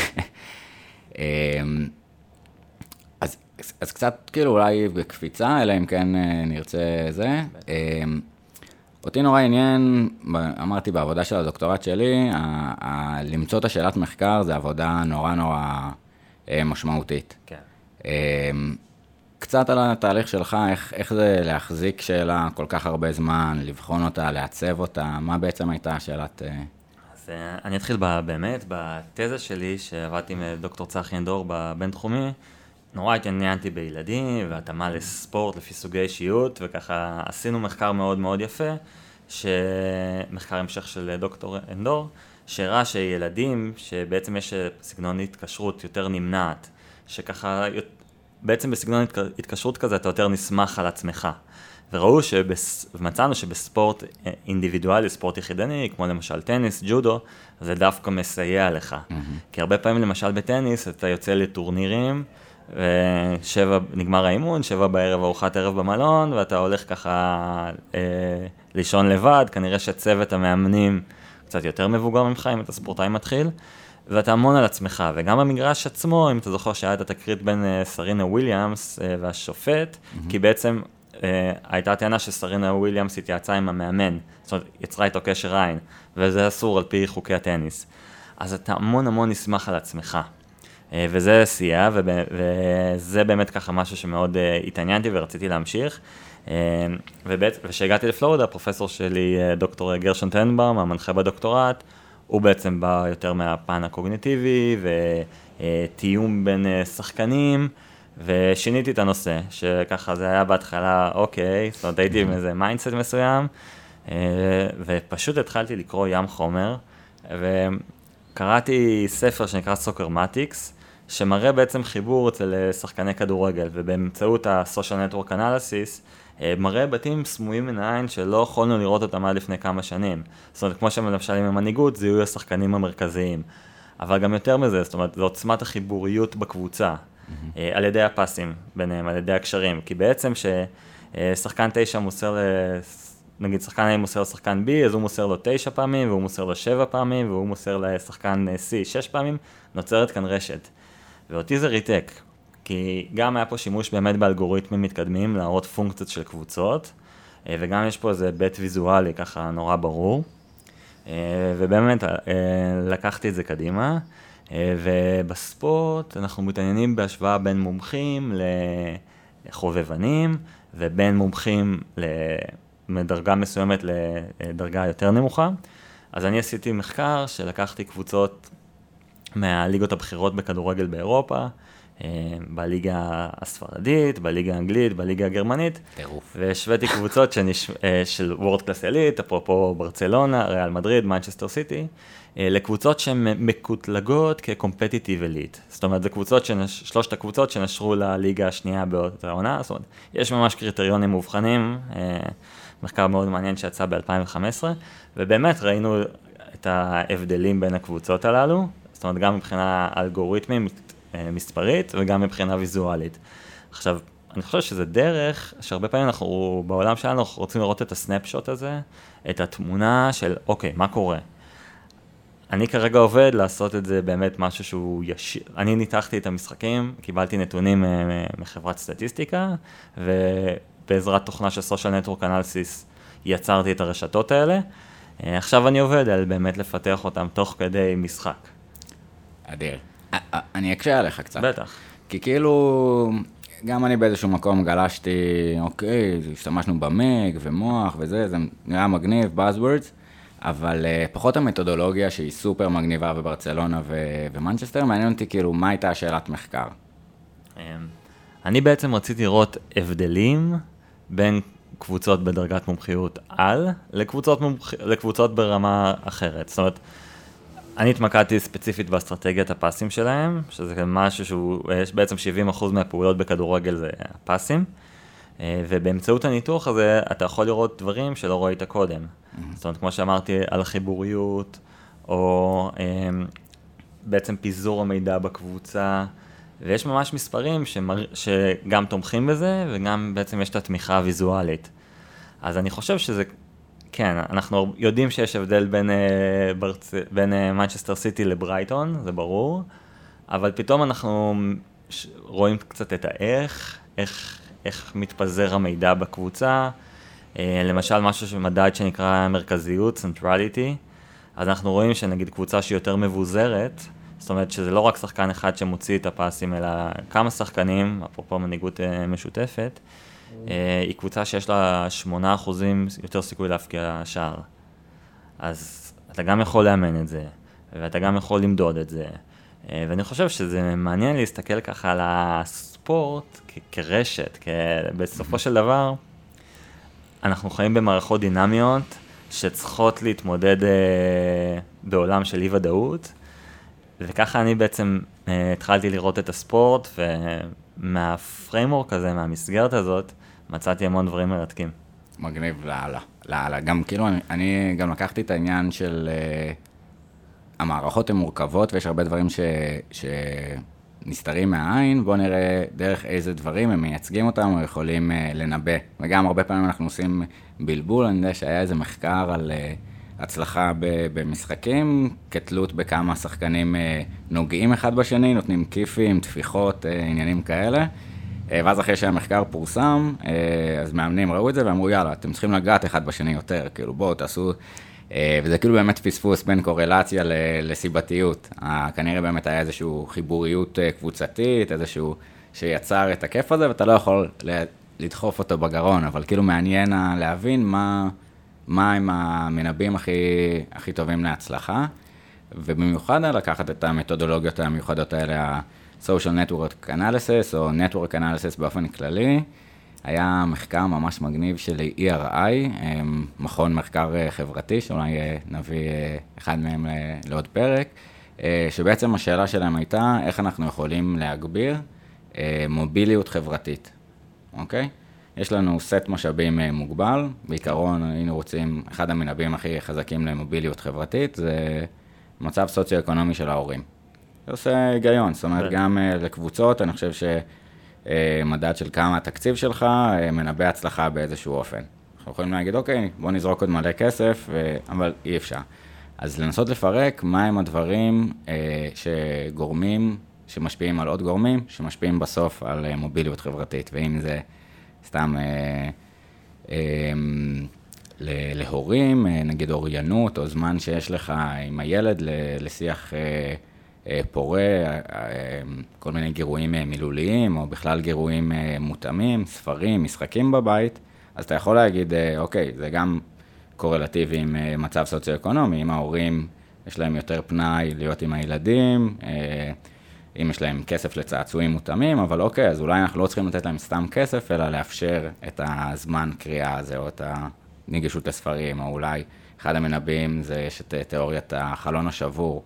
אז, אז קצת כאילו אולי בקפיצה, אלא אם כן נרצה זה. אותי נורא עניין, אמרתי בעבודה של הדוקטורט שלי, למצוא את השאלת מחקר זה עבודה נורא נורא משמעותית. כן. קצת על התהליך שלך, איך, איך זה להחזיק שאלה כל כך הרבה זמן, לבחון אותה, לעצב אותה, מה בעצם הייתה השאלת... אז אני אתחיל באמת, בתזה שלי, שעבדתי עם דוקטור צחי אנדור בבינתחומי, נורא התעניינתי בילדים, והתאמה לספורט, לפי סוגי אישיות, וככה עשינו מחקר מאוד מאוד יפה, מחקר המשך של דוקטור אנדור, שהראה שילדים, שבעצם יש סגנון התקשרות יותר נמנעת, שככה, בעצם בסגנון התקשרות כזה, אתה יותר נסמך על עצמך. וראו ומצאנו שבספורט אינדיבידואלי, ספורט יחידני, כמו למשל טניס, ג'ודו, זה דווקא מסייע לך. Mm-hmm. כי הרבה פעמים למשל בטניס, אתה יוצא לטורנירים, ושבע, נגמר האימון, שבע בערב, ארוחת ערב במלון, ואתה הולך ככה אה, לישון לבד, כנראה שצוות המאמנים קצת יותר מבוגר ממך, אם אתה ספורטאי מתחיל, ואתה המון על עצמך, וגם במגרש עצמו, אם אתה זוכר שהיה את התקרית בין אה, סרינה וויליאמס אה, והשופט, mm-hmm. כי בעצם אה, הייתה טענה שסרינה וויליאמס התייעצה עם המאמן, זאת אומרת, יצרה איתו קשר עין, וזה אסור על פי חוקי הטניס. אז אתה המון המון נשמח על עצמך. וזה סייע, וזה באמת ככה משהו שמאוד התעניינתי ורציתי להמשיך. וכשהגעתי לפלורידה, הפרופסור שלי, דוקטור גרשון טנבאום, המנחה בדוקטורט, הוא בעצם בא יותר מהפן הקוגניטיבי, ותיאום בין שחקנים, ושיניתי את הנושא, שככה זה היה בהתחלה, אוקיי, זאת אומרת, הייתי עם איזה מיינדסט מסוים, ופשוט התחלתי לקרוא ים חומר, וקראתי ספר שנקרא סוקרמטיקס, שמראה בעצם חיבור אצל שחקני כדורגל, ובאמצעות ה-social network analysis, מראה בתים סמויים מן העין שלא יכולנו לראות אותם עד לפני כמה שנים. זאת אומרת, כמו שלמשל עם המנהיגות, זיהוי השחקנים המרכזיים. אבל גם יותר מזה, זאת אומרת, זו עוצמת החיבוריות בקבוצה, mm-hmm. על ידי הפסים ביניהם, על ידי הקשרים. כי בעצם ששחקן תשע מוסר, נגיד שחקן A מוסר לשחקן B, אז הוא מוסר לו תשע פעמים, והוא מוסר לו שבע פעמים, והוא מוסר לשחקן C שש פעמים, נוצרת כאן רשת. ואותי זה ריתק, כי גם היה פה שימוש באמת באלגוריתמים מתקדמים להראות פונקציות של קבוצות, וגם יש פה איזה בית ויזואלי ככה נורא ברור, ובאמת לקחתי את זה קדימה, ובספורט אנחנו מתעניינים בהשוואה בין מומחים לחובבנים, ובין מומחים מדרגה מסוימת לדרגה יותר נמוכה. אז אני עשיתי מחקר שלקחתי קבוצות מהליגות הבכירות בכדורגל באירופה, בליגה הספרדית, בליגה האנגלית, בליגה הגרמנית. טירוף. והשוויתי קבוצות שנש... של וורד קלאס אלית, אפרופו ברצלונה, ריאל מדריד, מנצ'סטר סיטי, לקבוצות שהן מקוטלגות כקומפטיטיב אליט. זאת אומרת, זה קבוצות, שנש... שלושת הקבוצות שנשרו לליגה השנייה באותה עונה, זאת אומרת, יש ממש קריטריונים מובחנים, מחקר מאוד מעניין שיצא ב-אלפיים וחמש עשרה, ובאמת ראינו את ההבדלים בין הקבוצות הללו, זאת אומרת, גם מבחינה אלגוריתמית, מספרית, וגם מבחינה ויזואלית. עכשיו, אני חושב שזה דרך, שהרבה פעמים אנחנו, בעולם שלנו, אנחנו רוצים לראות את הסנאפשוט הזה, את התמונה של, אוקיי, מה קורה? אני כרגע עובד לעשות את זה באמת משהו שהוא ישיר. אני ניתחתי את המשחקים, קיבלתי נתונים מחברת סטטיסטיקה, ובעזרת תוכנה של social network analysis יצרתי את הרשתות האלה. עכשיו אני עובד על באמת לפתח אותם תוך כדי משחק. אדיר. אני אקשה עליך קצת. בטח. כי כאילו, גם אני באיזשהו מקום גלשתי, אוקיי, השתמשנו במג ומוח וזה, זה נראה מגניב, buzzwords, אבל uh, פחות המתודולוגיה שהיא סופר מגניבה בברצלונה ו- ומנצ'סטר, מעניין אותי כאילו, מה הייתה שאלת מחקר? אני בעצם רציתי לראות הבדלים בין קבוצות בדרגת מומחיות על לקבוצות, מומח... לקבוצות ברמה אחרת. זאת אומרת, אני התמקדתי ספציפית באסטרטגיית הפסים שלהם, שזה משהו שהוא, יש בעצם שבעים אחוז מהפעולות בכדורגל זה הפסים, ובאמצעות הניתוח הזה אתה יכול לראות דברים שלא ראית קודם. Mm-hmm. זאת אומרת, כמו שאמרתי, על החיבוריות, או בעצם פיזור המידע בקבוצה, ויש ממש מספרים שמר... שגם תומכים בזה, וגם בעצם יש את התמיכה הוויזואלית. אז אני חושב שזה, כן, אנחנו יודעים שיש הבדל בין, ברצ... בין מנצ'סטר סיטי לברייטון, זה ברור, אבל פתאום אנחנו רואים קצת את האיך, איך, איך מתפזר המידע בקבוצה, למשל משהו שמדד שנקרא מרכזיות, centrality, אז אנחנו רואים שנגיד קבוצה שהיא יותר מבוזרת, זאת אומרת שזה לא רק שחקן אחד שמוציא את הפסים, אלא כמה שחקנים, אפרופו מנהיגות משותפת, היא קבוצה שיש לה שמונה אחוזים יותר סיכוי להפקיע שער. אז אתה גם יכול לאמן את זה, ואתה גם יכול למדוד את זה. ואני חושב שזה מעניין להסתכל ככה על הספורט כ- כרשת, כי בסופו של דבר, אנחנו חיים במערכות דינמיות שצריכות להתמודד אה, בעולם של אי-ודאות, וככה אני בעצם אה, התחלתי לראות את הספורט, ומהפריימורק הזה, מהמסגרת הזאת, מצאתי המון דברים מרתקים. מגניב להלאה, להלאה. גם כאילו, אני, אני גם לקחתי את העניין של... אה, המערכות הן מורכבות, ויש הרבה דברים ש... שנסתרים מהעין. בואו נראה דרך איזה דברים הם מייצגים אותם, או יכולים uh, לנבא. וגם הרבה פעמים אנחנו עושים בלבול. אני יודע שהיה איזה מחקר על uh, הצלחה ב... במשחקים, כתלות בכמה שחקנים uh, נוגעים אחד בשני, נותנים כיפים, תפיחות, uh, עניינים כאלה. Uh, ואז אחרי שהמחקר פורסם, uh, אז מאמנים ראו את זה ואמרו, יאללה, אתם צריכים לגעת אחד בשני יותר. כאילו, בואו, תעשו... וזה כאילו באמת פספוס בין קורלציה לסיבתיות. כנראה באמת היה איזשהו חיבוריות קבוצתית, איזשהו שיצר את הכיף הזה, ואתה לא יכול לדחוף אותו בגרון, אבל כאילו מעניין להבין מה, מה הם המנבאים הכי, הכי טובים להצלחה, ובמיוחד לקחת את המתודולוגיות המיוחדות האלה, ה-Social Network Analysis, או Network Analysis באופן כללי. היה מחקר ממש מגניב של E R I, מכון מחקר חברתי, שאולי נביא אחד מהם לעוד פרק, שבעצם השאלה שלהם הייתה, איך אנחנו יכולים להגביר מוביליות חברתית, אוקיי? יש לנו סט משאבים מוגבל, בעיקרון היינו רוצים, אחד המנבאים הכי חזקים למוביליות חברתית, זה מצב סוציו-אקונומי של ההורים. זה עושה היגיון, זאת אומרת, גם לקבוצות, אני חושב ש... מדד של כמה התקציב שלך, מנבא הצלחה באיזשהו אופן. אנחנו יכולים להגיד, אוקיי, בוא נזרוק עוד מלא כסף, אבל אי אפשר. אז לנסות לפרק מהם הדברים שגורמים, שמשפיעים על עוד גורמים, שמשפיעים בסוף על מוביליות חברתית, ואם זה סתם להורים, נגיד אוריינות, או זמן שיש לך עם הילד לשיח פורה, כל מיני גירויים מילוליים, או בכלל גירויים מותאמים, ספרים, משחקים בבית, אז אתה יכול להגיד, אוקיי, זה גם קורלטיבי עם מצב סוציו-אקונומי, אם ההורים יש להם יותר פנאי להיות עם הילדים, אם יש להם כסף לצעצועים מותאמים, אבל אוקיי, אז אולי אנחנו לא צריכים לתת להם סתם כסף, אלא לאפשר את הזמן קריאה הזה, או את הנגישות לספרים, או אולי אחד המנבאים זה יש את תיאוריית החלון השבור,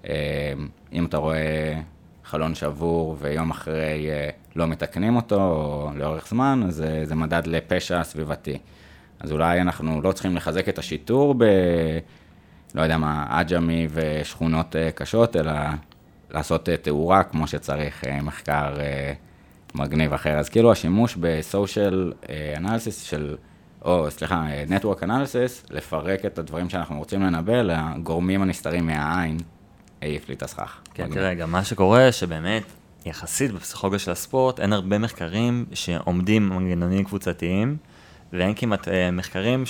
אם אתה רואה חלון שבור ויום אחרי לא מתקנים אותו או לאורך זמן, אז זה מדד לפשע סביבתי. אז אולי אנחנו לא צריכים לחזק את השיטור ב... לא יודע מה, אג'מי ושכונות קשות, אלא לעשות תאורה כמו שצריך, מחקר מגניב אחר. אז כאילו השימוש בסושיאל אנליסיס של, או סליחה, נטוורק אנליסיס, לפרק את הדברים שאנחנו רוצים לנבא לגורמים הנסתרים מהעין, העיף לי את הסכך. כן, תראה, גם מה שקורה שבאמת, יחסית בפסיכולוגיה של הספורט, אין הרבה מחקרים שעומדים מנגנונים קבוצתיים, ואין כמעט אה, מחקרים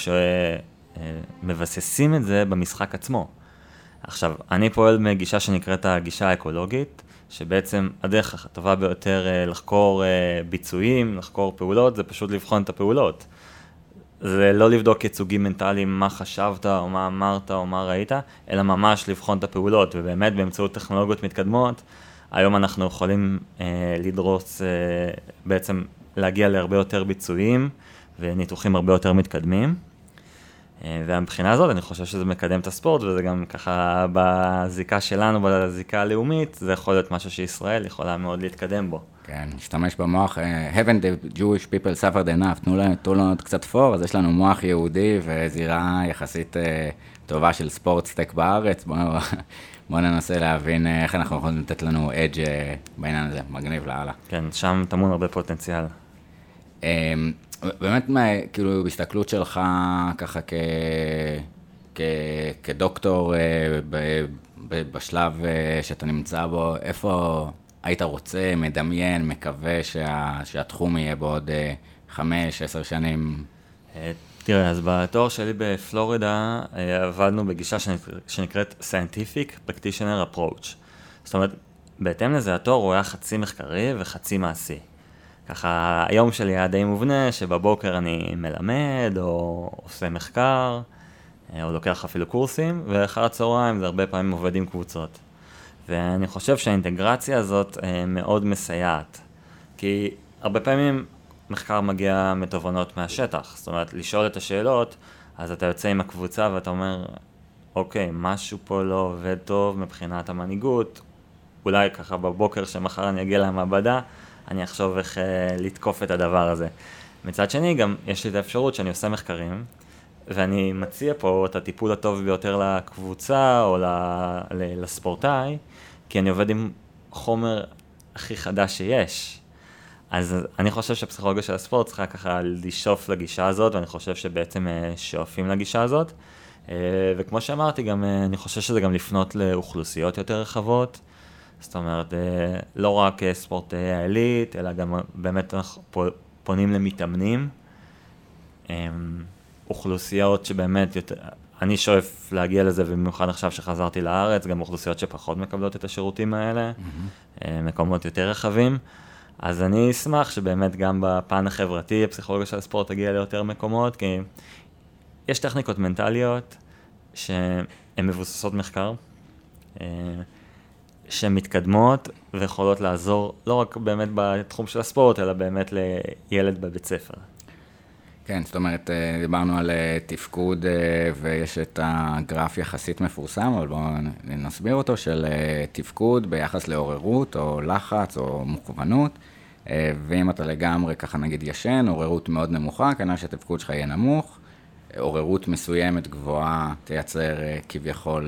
שמבססים את זה במשחק עצמו. עכשיו, אני פועל מגישה שנקראת הגישה האקולוגית, שבעצם הדרך הטובה ביותר אה, לחקור אה, ביצועים, לחקור פעולות, זה פשוט לבחון את הפעולות. זה לא לבדוק ייצוגים מנטליים, מה חשבת או מה אמרת או מה ראית, אלא ממש לבחון את הפעולות, ובאמת באמצעות טכנולוגיות מתקדמות, היום אנחנו יכולים אה, לדרוס, אה, בעצם להגיע להרבה יותר ביצועים, וניתוחים הרבה יותר מתקדמים. אה, והמבחינה הזאת אני חושב שזה מקדם את הספורט, וזה גם ככה בזיקה שלנו, בזיקה הלאומית, זה יכול להיות משהו שישראל יכולה מאוד להתקדם בו. כן, נשתמש במוח, haven't the Jewish people suffered enough, תנו לנו, תנו לנו קצת פור, אז יש לנו מוח יהודי וזירה יחסית טובה של ספורט סטק בארץ, בואו בוא ננסה להבין איך אנחנו יכולים לתת לנו אדג' בעניין הזה, מגניב להלאה. כן, שם טמון הרבה פוטנציאל. באמת, כאילו, בהסתכלות שלך ככה כ... כ... כדוקטור בשלב שאתה נמצא בו, איפה... היית רוצה, מדמיין, מקווה שה, שהתחום יהיה בעוד חמש, עשר שנים? תראה, אז בתואר שלי בפלורידה עבדנו בגישה שנקראת Scientific Practitioner Approach. זאת אומרת, בהתאם לזה התואר הוא היה חצי מחקרי וחצי מעשי. ככה, היום שלי היה די מובנה שבבוקר אני מלמד או עושה מחקר, או לוקח אפילו קורסים, ואחר הצהריים זה הרבה פעמים עובד עם קבוצות. ואני חושב שהאינטגרציה הזאת מאוד מסייעת, כי הרבה פעמים מחקר מגיע מתובנות מהשטח, זאת אומרת, לשאול את השאלות, אז אתה יוצא עם הקבוצה ואתה אומר, אוקיי, משהו פה לא עובד טוב מבחינת המנהיגות, אולי ככה בבוקר שמחר אני אגיע למעבדה, אני אחשוב איך לתקוף את הדבר הזה. מצד שני, גם יש לי את האפשרות שאני עושה מחקרים, ואני מציע פה את הטיפול הטוב ביותר לקבוצה או לספורטאי, כי אני עובד עם חומר הכי חדש שיש. אז אני חושב שהפסיכולוגיה של הספורט צריכה ככה לשאוף לגישה הזאת, ואני חושב שבעצם שואפים לגישה הזאת. וכמו שאמרתי, גם, אני חושב שזה גם לפנות לאוכלוסיות יותר רחבות, זאת אומרת, לא רק ספורטאי העילית, אלא גם באמת אנחנו פונים למתאמנים, אוכלוסיות שבאמת, יותר, אני שואף להגיע לזה, ובמיוחד עכשיו שחזרתי לארץ, גם אוכלוסיות שפחות מקבלות את השירותים האלה, mm-hmm. מקומות יותר רחבים, אז אני אשמח שבאמת גם בפן החברתי, הפסיכולוגיה של הספורט תגיע ליותר מקומות, כי יש טכניקות מנטליות שהן מבוססות מחקר, שהן מתקדמות ויכולות לעזור לא רק באמת בתחום של הספורט, אלא באמת לילד בבית ספר. כן, זאת אומרת, דיברנו על תפקוד ויש את הגרף יחסית מפורסם, אבל בואו נסביר אותו, של תפקוד ביחס לעוררות או לחץ או מוכוונות, ואם אתה לגמרי ככה נגיד ישן, עוררות מאוד נמוכה, כנראה שהתפקוד שלך יהיה נמוך, עוררות מסוימת גבוהה תייצר כביכול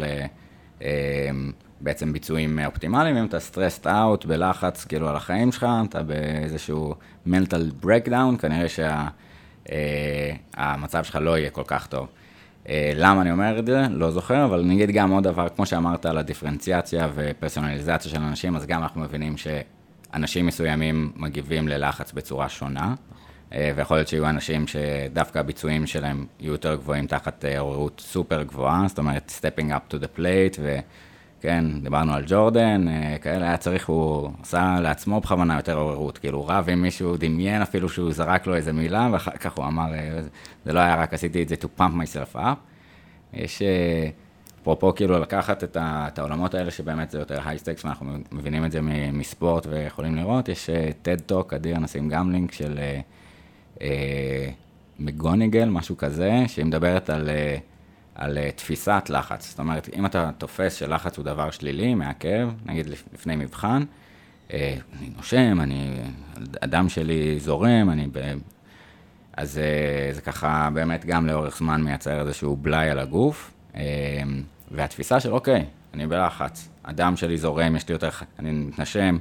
בעצם ביצועים אופטימליים, אם אתה stressed out בלחץ כאילו על החיים שלך, אתה באיזשהו mental breakdown, כנראה שה... Uh, המצב שלך לא יהיה כל כך טוב. Uh, למה אני אומר את זה? לא זוכר, אבל נגיד גם עוד דבר, כמו שאמרת על הדיפרנציאציה ופרסונליזציה של אנשים, אז גם אנחנו מבינים שאנשים מסוימים מגיבים ללחץ בצורה שונה, uh, ויכול להיות שיהיו אנשים שדווקא הביצועים שלהם יהיו יותר גבוהים תחת uh, עוררות סופר גבוהה, זאת אומרת, stepping up to the plate, וכן, דיברנו על ג'ורדן, uh, כאלה היה צריך, הוא עשה לעצמו בכוונה יותר עוררות, כאילו רב עם מישהו דמיין אפילו שהוא זרק לו איזה מילה, ואחר כך הוא אמר, זה לא היה רק עשיתי את זה to pump myself up. יש, אפרופו כאילו לקחת את, ה, את העולמות האלה שבאמת זה יותר הייסטקס, ואנחנו מבינים את זה מספורט ויכולים לראות, יש TED Talk, אדיר, נשים גם לינק של אה, מגוניגל, משהו כזה, שהיא מדברת על... על תפיסת לחץ. זאת אומרת, אם אתה תופס שלחץ הוא דבר שלילי, מעכב, נגיד לפני מבחן, אני נושם, אני, הדם שלי זורם, אני ב... אז זה ככה באמת גם לאורך זמן מייצר איזשהו בלאי על הגוף, והתפיסה של אוקיי, אני בלחץ, הדם שלי זורם, יש לי יותר, אני מתנשם,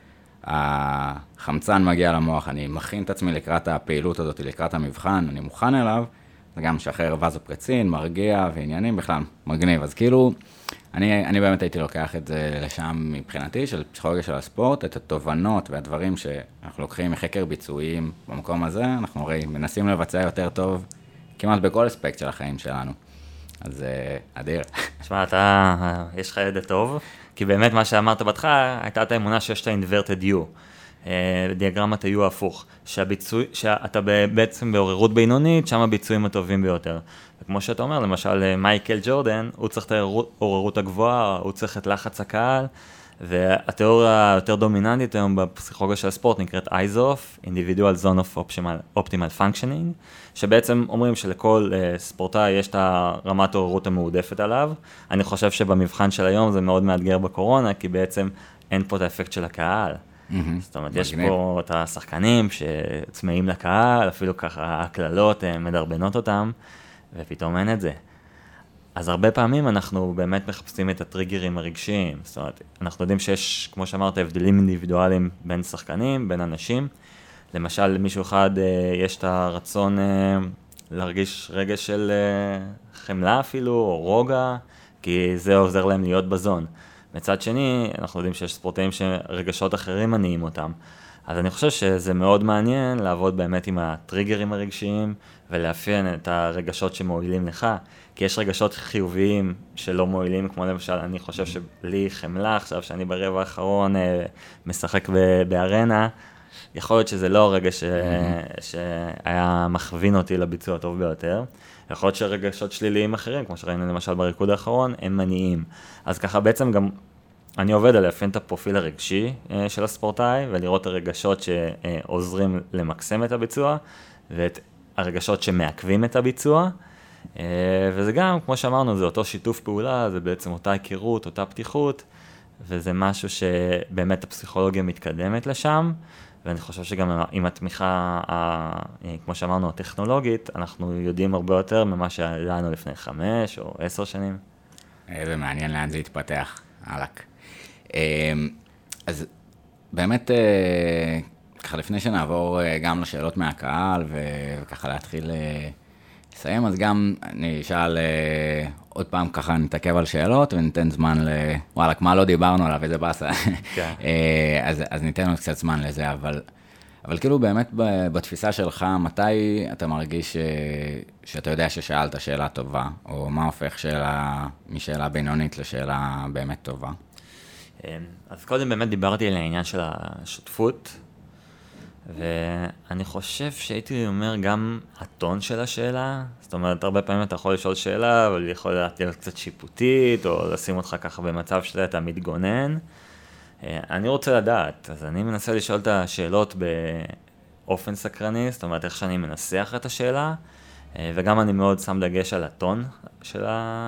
החמצן מגיע למוח, אני מכין את עצמי לקראת הפעילות הזאת, לקראת המבחן, אני מוכן אליו, זה גם משחרר וזופרסין, מרגיע ועניינים בכלל, מגניב. אז כאילו, אני, אני באמת הייתי לוקח את זה לשם מבחינתי, של פסיכולוגיה של הספורט, את התובנות והדברים שאנחנו לוקחים מחקר ביצועיים במקום הזה, אנחנו הרי מנסים לבצע יותר טוב כמעט בכל אספקט של החיים שלנו. אז אדיר. תשמע, אתה, יש לך ידע טוב, כי באמת מה שאמרת בתך, הייתה את האמונה שיש את ה-inverted U. דיאגרמת היו הפוך, שהביצוע, שאתה בעצם בעוררות בינונית, שם הביצועים הטובים ביותר. וכמו שאתה אומר, למשל מייקל ג'ורדן, הוא צריך את העוררות הגבוהה, הוא צריך את לחץ הקהל, והתיאוריה היותר דומיננטית היום בפסיכולוגיה של הספורט נקראת אייזוף, Individual Zone of Optimal, Optimal Functioning, שבעצם אומרים שלכל uh, ספורטאי יש את הרמת העוררות המעודפת עליו. אני חושב שבמבחן של היום זה מאוד מאתגר בקורונה, כי בעצם אין פה את האפקט של הקהל. Mm-hmm. זאת אומרת, יש פה את השחקנים שצמאים לקהל, אפילו ככה הכללות מדרבנות אותם, ופתאום אין את זה. אז הרבה פעמים אנחנו באמת מחפשים את הטריגרים הרגשיים, זאת אומרת, אנחנו יודעים שיש, כמו שאמרת, הבדלים אינדיבידואליים בין שחקנים, בין אנשים. למשל, למישהו אחד יש את הרצון להרגיש רגש של חמלה אפילו, או רוגע, כי זה עוזר להם להיות בזון. מצד שני, אנחנו יודעים שיש ספורטאים שרגשות אחרים מניעים אותם. אז אני חושב שזה מאוד מעניין לעבוד באמת עם הטריגרים הרגשיים, ולאפיין את הרגשות שמועילים לך, כי יש רגשות חיוביים שלא מועילים, כמו למשל, אני חושב שלי חמלה, עכשיו שאני ברבע האחרון משחק בארנה, יכול להיות שזה לא הרגע ש... שהיה מכווין אותי לביצוע טוב ביותר, יכול להיות שרגשות שליליים אחרים, כמו שראינו למשל בריקוד האחרון, הם מניעים. אז ככה בעצם גם אני עובד על לאפיין את הפרופיל הרגשי של הספורטאי, ולראות את הרגשות שעוזרים למקסם את הביצוע, ואת הרגשות שמעכבים את הביצוע, וזה גם, כמו שאמרנו, זה אותו שיתוף פעולה, זה בעצם אותה היכרות, אותה פתיחות, וזה משהו שבאמת הפסיכולוגיה מתקדמת לשם, ואני חושב שגם עם התמיכה, כמו שאמרנו, הטכנולוגית, אנחנו יודעים הרבה יותר ממה שהיה לנו לפני חמש או עשר שנים. זה מעניין לאן זה יתפתח, הלק. אז באמת, ככה לפני שנעבור גם לשאלות מהקהל, וככה להתחיל לסיים, אז גם אני אשאל עוד פעם ככה, נתעכב על שאלות, וניתן זמן ל... וואלק, מה לא דיברנו עליו, איזה באסה. אז, אז ניתן עוד קצת זמן לזה, אבל, אבל כאילו באמת בתפיסה שלך, מתי אתה מרגיש ש... שאתה יודע ששאלת שאלה טובה, או מה הופך שאלה משאלה בינונית לשאלה באמת טובה? אז קודם באמת דיברתי על העניין של השותפות, ואני חושב שהייתי אומר גם הטון של השאלה, זאת אומרת, הרבה פעמים אתה יכול לשאול שאלה, אבל יכול להיות קצת שיפוטית, או לשים אותך ככה במצב שאתה מתגונן. אני רוצה לדעת, אז אני מנסה לשאול את השאלות באופן סקרני, זאת אומרת, איך שאני מנסח את השאלה, וגם אני מאוד שם דגש על הטון של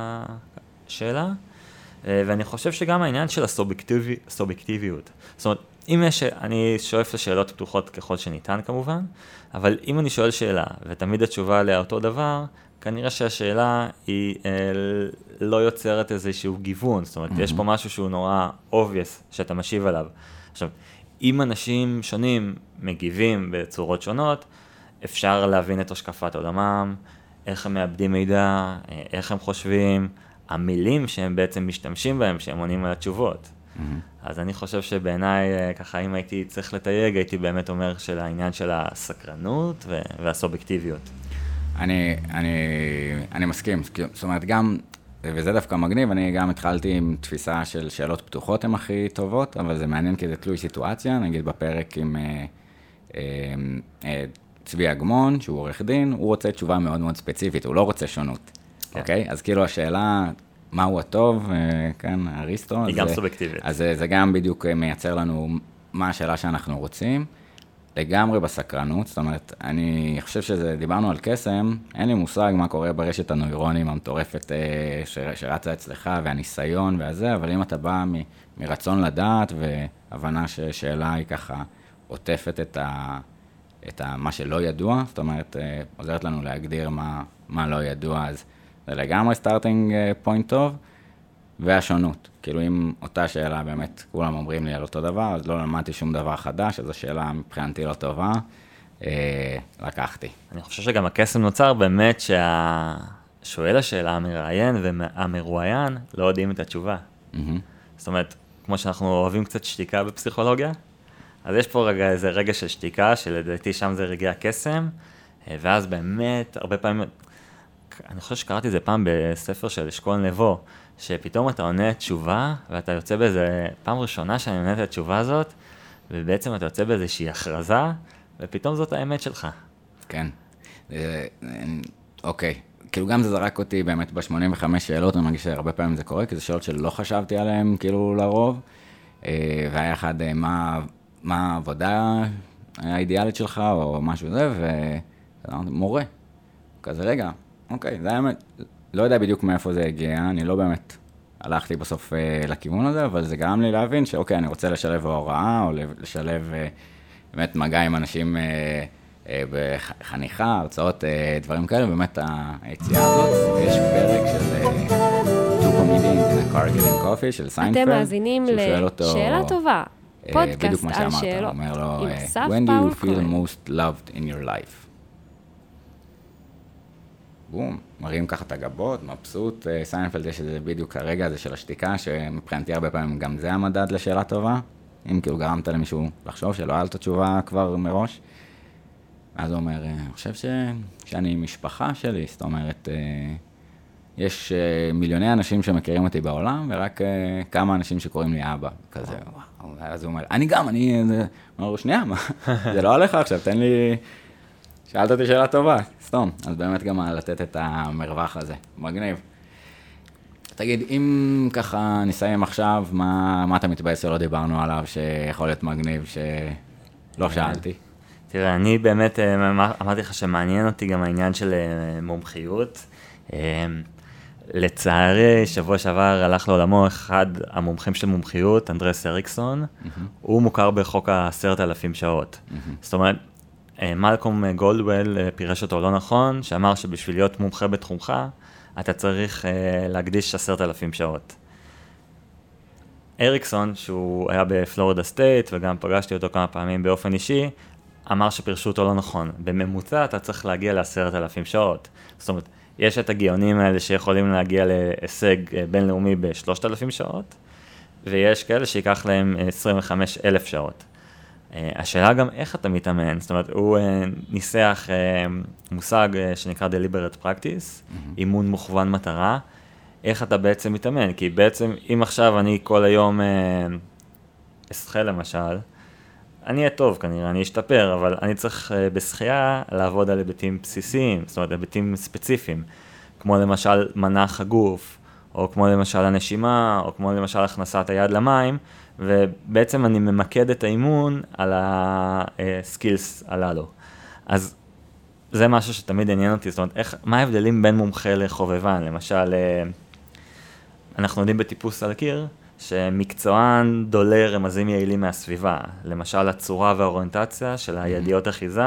השאלה, ואני חושב שגם העניין של הסובייקטיביות, זאת אומרת, אם יש, אני שואף לשאלות פתוחות ככל שניתן כמובן, אבל אם אני שואל שאלה, ותמיד התשובה עליה אותו דבר, כנראה שהשאלה היא אה, לא יוצרת איזשהו גיוון, זאת אומרת, mm-hmm. יש פה משהו שהוא נורא obvious שאתה משיב עליו. עכשיו, אם אנשים שונים מגיבים בצורות שונות, אפשר להבין את השקפת עולמם, איך הם מאבדים מידע, איך הם חושבים, המילים שהם בעצם משתמשים בהם, שהם עונים על התשובות. Mm-hmm. אז אני חושב שבעיניי, ככה, אם הייתי צריך לתייג, הייתי באמת אומר של העניין של הסקרנות והסובייקטיביות. אני, אני, אני מסכים, זאת אומרת, גם, וזה דווקא מגניב, אני גם התחלתי עם תפיסה של שאלות פתוחות הן הכי טובות, אבל זה מעניין כי זה תלוי סיטואציה, נגיד בפרק עם אה, אה, אה, צבי אגמון, שהוא עורך דין, הוא רוצה תשובה מאוד מאוד ספציפית, הוא לא רוצה שונות, כן. אוקיי? אז כאילו השאלה... מהו הטוב, כאן אריסטו. היא גם סובייקטיבית. אז זה, זה גם בדיוק מייצר לנו מה השאלה שאנחנו רוצים, לגמרי בסקרנות, זאת אומרת, אני חושב שזה, דיברנו על קסם, אין לי מושג מה קורה ברשת הנוירונים המטורפת ש, שרצה אצלך, והניסיון והזה, אבל אם אתה בא מ, מרצון לדעת, והבנה ששאלה היא ככה עוטפת את, ה, את ה, מה שלא ידוע, זאת אומרת, עוזרת לנו להגדיר מה, מה לא ידוע, אז זה לגמרי סטארטינג פוינט טוב, והשונות. כאילו אם אותה שאלה באמת, כולם אומרים לי על אותו דבר, אז לא למדתי שום דבר חדש, אז השאלה מבחינתי לא טובה, אה, לקחתי. אני חושב שגם הקסם נוצר באמת שהשואל השאלה, המראיין והמרואיין, לא יודעים את התשובה. Mm-hmm. זאת אומרת, כמו שאנחנו אוהבים קצת שתיקה בפסיכולוגיה, אז יש פה רגע, איזה רגע של שתיקה, שלדעתי שם זה רגע הקסם, ואז באמת, הרבה פעמים... אני חושב שקראתי את זה פעם בספר של אשכול נבו, שפתאום אתה עונה תשובה, ואתה יוצא באיזה פעם ראשונה שאני עונה את התשובה הזאת, ובעצם אתה יוצא באיזושהי הכרזה, ופתאום זאת האמת שלך. כן. אוקיי. כאילו גם זה זרק אותי באמת ב-שמונים וחמש שאלות, אני מרגיש שהרבה פעמים זה קורה, כי זה שאלות שלא חשבתי עליהן, כאילו לרוב, והיה אחד, מה, מה העבודה האידיאלית שלך, או משהו זה, ומורה. כזה רגע. אוקיי, זה האמת, לא יודע בדיוק מאיפה זה הגיע, אני לא באמת הלכתי בסוף אה, לכיוון הזה, אבל זה גרם לי להבין שאוקיי, אני רוצה לשלב בהוראה, או לשלב אה, באמת מגע עם אנשים אה, אה, בחניכה, הרצאות, אה, דברים כאלה, באמת היציאה הזאת, יש פרק של two comedians in a car getting coffee של סיינפלד, אתם מאזינים לשאלה טובה, פודקאסט על שאלות, עם אסף פאול כהן. When do you feel most loved in your life? בום, מראים ככה את הגבות, מבסוט, סיינפלד יש איזה בדיוק הרגע הזה של השתיקה, שמבחינתי הרבה פעמים גם זה המדד לשאלה טובה. אם כאילו גרמת למישהו לחשוב שלא היה לו את התשובה כבר מראש. אז הוא אומר, אני חושב ש... שאני משפחה שלי, זאת אומרת, יש מיליוני אנשים שמכירים אותי בעולם, ורק כמה אנשים שקוראים לי אבא, כזה, וואו. אז הוא אומר, אני גם, אני... אומר, שנייה, מה? זה לא עליך עכשיו, תן לי... שאלת אותי שאלה טובה, סתום. אז באמת גם לתת את המרווח הזה, מגניב. תגיד, אם ככה נסיים עכשיו, מה, מה אתה מתבאס שלא דיברנו עליו, שיכול להיות מגניב, שלא שאלתי? תראה, אני באמת, אמרתי לך שמעניין אותי גם העניין של מומחיות. לצערי, שבוע שעבר הלך לעולמו אחד המומחים של מומחיות, אנדרס אריקסון, הוא מוכר בחוק העשרת אלפים שעות. זאת אומרת, מלקום גולדוול פירש אותו לא נכון, שאמר שבשביל להיות מומחה בתחומך, אתה צריך להקדיש עשרת אלפים שעות. אריקסון, שהוא היה בפלורידה סטייט, וגם פגשתי אותו כמה פעמים באופן אישי, אמר שפירשו אותו לא נכון. בממוצע אתה צריך להגיע לעשרת אלפים שעות. זאת אומרת, יש את הגאונים האלה שיכולים להגיע להישג בינלאומי בשלושת אלפים שעות, ויש כאלה שיקח להם עשרים וחמש אלף שעות. השאלה גם איך אתה מתאמן, זאת אומרת, הוא ניסח מושג שנקרא deliberate practice, אימון מוכוון מטרה, איך אתה בעצם מתאמן, כי בעצם אם עכשיו אני כל היום אשחה למשל, אני אהיה טוב כנראה, אני אשתפר, אבל אני צריך בשחייה לעבוד על היבטים בסיסיים, זאת אומרת, היבטים ספציפיים, כמו למשל מנח הגוף, או כמו למשל הנשימה, או כמו למשל הכנסת היד למים, ובעצם אני ממקד את האימון על הסקילס הללו. אז זה משהו שתמיד עניין אותי, זאת אומרת, איך, מה ההבדלים בין מומחה לחובבן? למשל, אנחנו יודעים בטיפוס על הקיר, שמקצוען דולה רמזים יעילים מהסביבה, למשל הצורה והאוריינטציה של הידיעות אחיזה,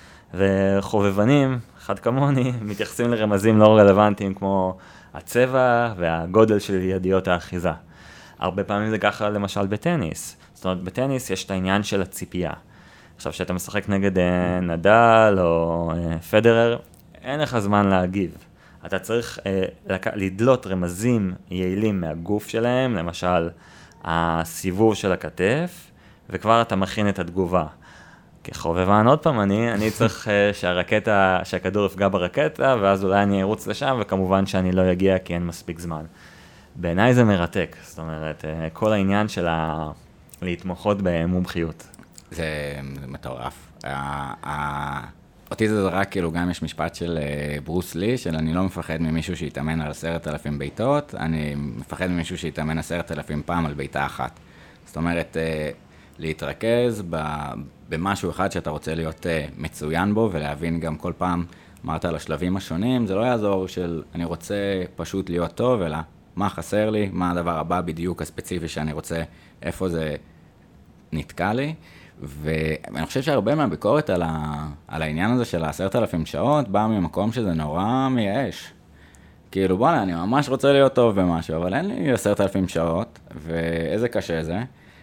וחובבנים, אחד כמוני, מתייחסים לרמזים לא רלוונטיים כמו הצבע והגודל של ידיעות האחיזה. הרבה פעמים זה ככה למשל בטניס, זאת אומרת בטניס יש את העניין של הציפייה. עכשיו שאתה משחק נגד נדל או פדרר, אין לך זמן להגיב. אתה צריך אה, לק... לדלות רמזים יעילים מהגוף שלהם, למשל הסיבוב של הכתף, וכבר אתה מכין את התגובה. כחובבן עוד פעם אני, אני צריך אה, שהרקטה, שהכדור יפגע ברקטה, ואז אולי אני ארוץ לשם, וכמובן שאני לא אגיע כי אין מספיק זמן. בעיניי זה מרתק, זאת אומרת, אה, כל העניין של ה... להתמחות במומחיות. זה, זה מטורף. אותי זה רק, כאילו, גם יש משפט של ברוס לי, של אני לא מפחד ממישהו שיתאמן על עשרת אלפים ביתות, אני מפחד ממישהו שיתאמן עשרת אלפים פעם על ביתה אחת. זאת אומרת, להתרכז במשהו אחד שאתה רוצה להיות מצוין בו, ולהבין גם כל פעם, אמרת על השלבים השונים, זה לא יעזור של אני רוצה פשוט להיות טוב, אלא מה חסר לי, מה הדבר הבא בדיוק הספציפי שאני רוצה, איפה זה נתקע לי. ואני חושב שהרבה מהביקורת על, ה... על העניין הזה של עשרת אלפים שעות באה ממקום שזה נורא מייאש. כאילו בוא'נה, אני ממש רוצה להיות טוב במשהו, אבל אין לי עשרת אלפים שעות, ואיזה קשה זה.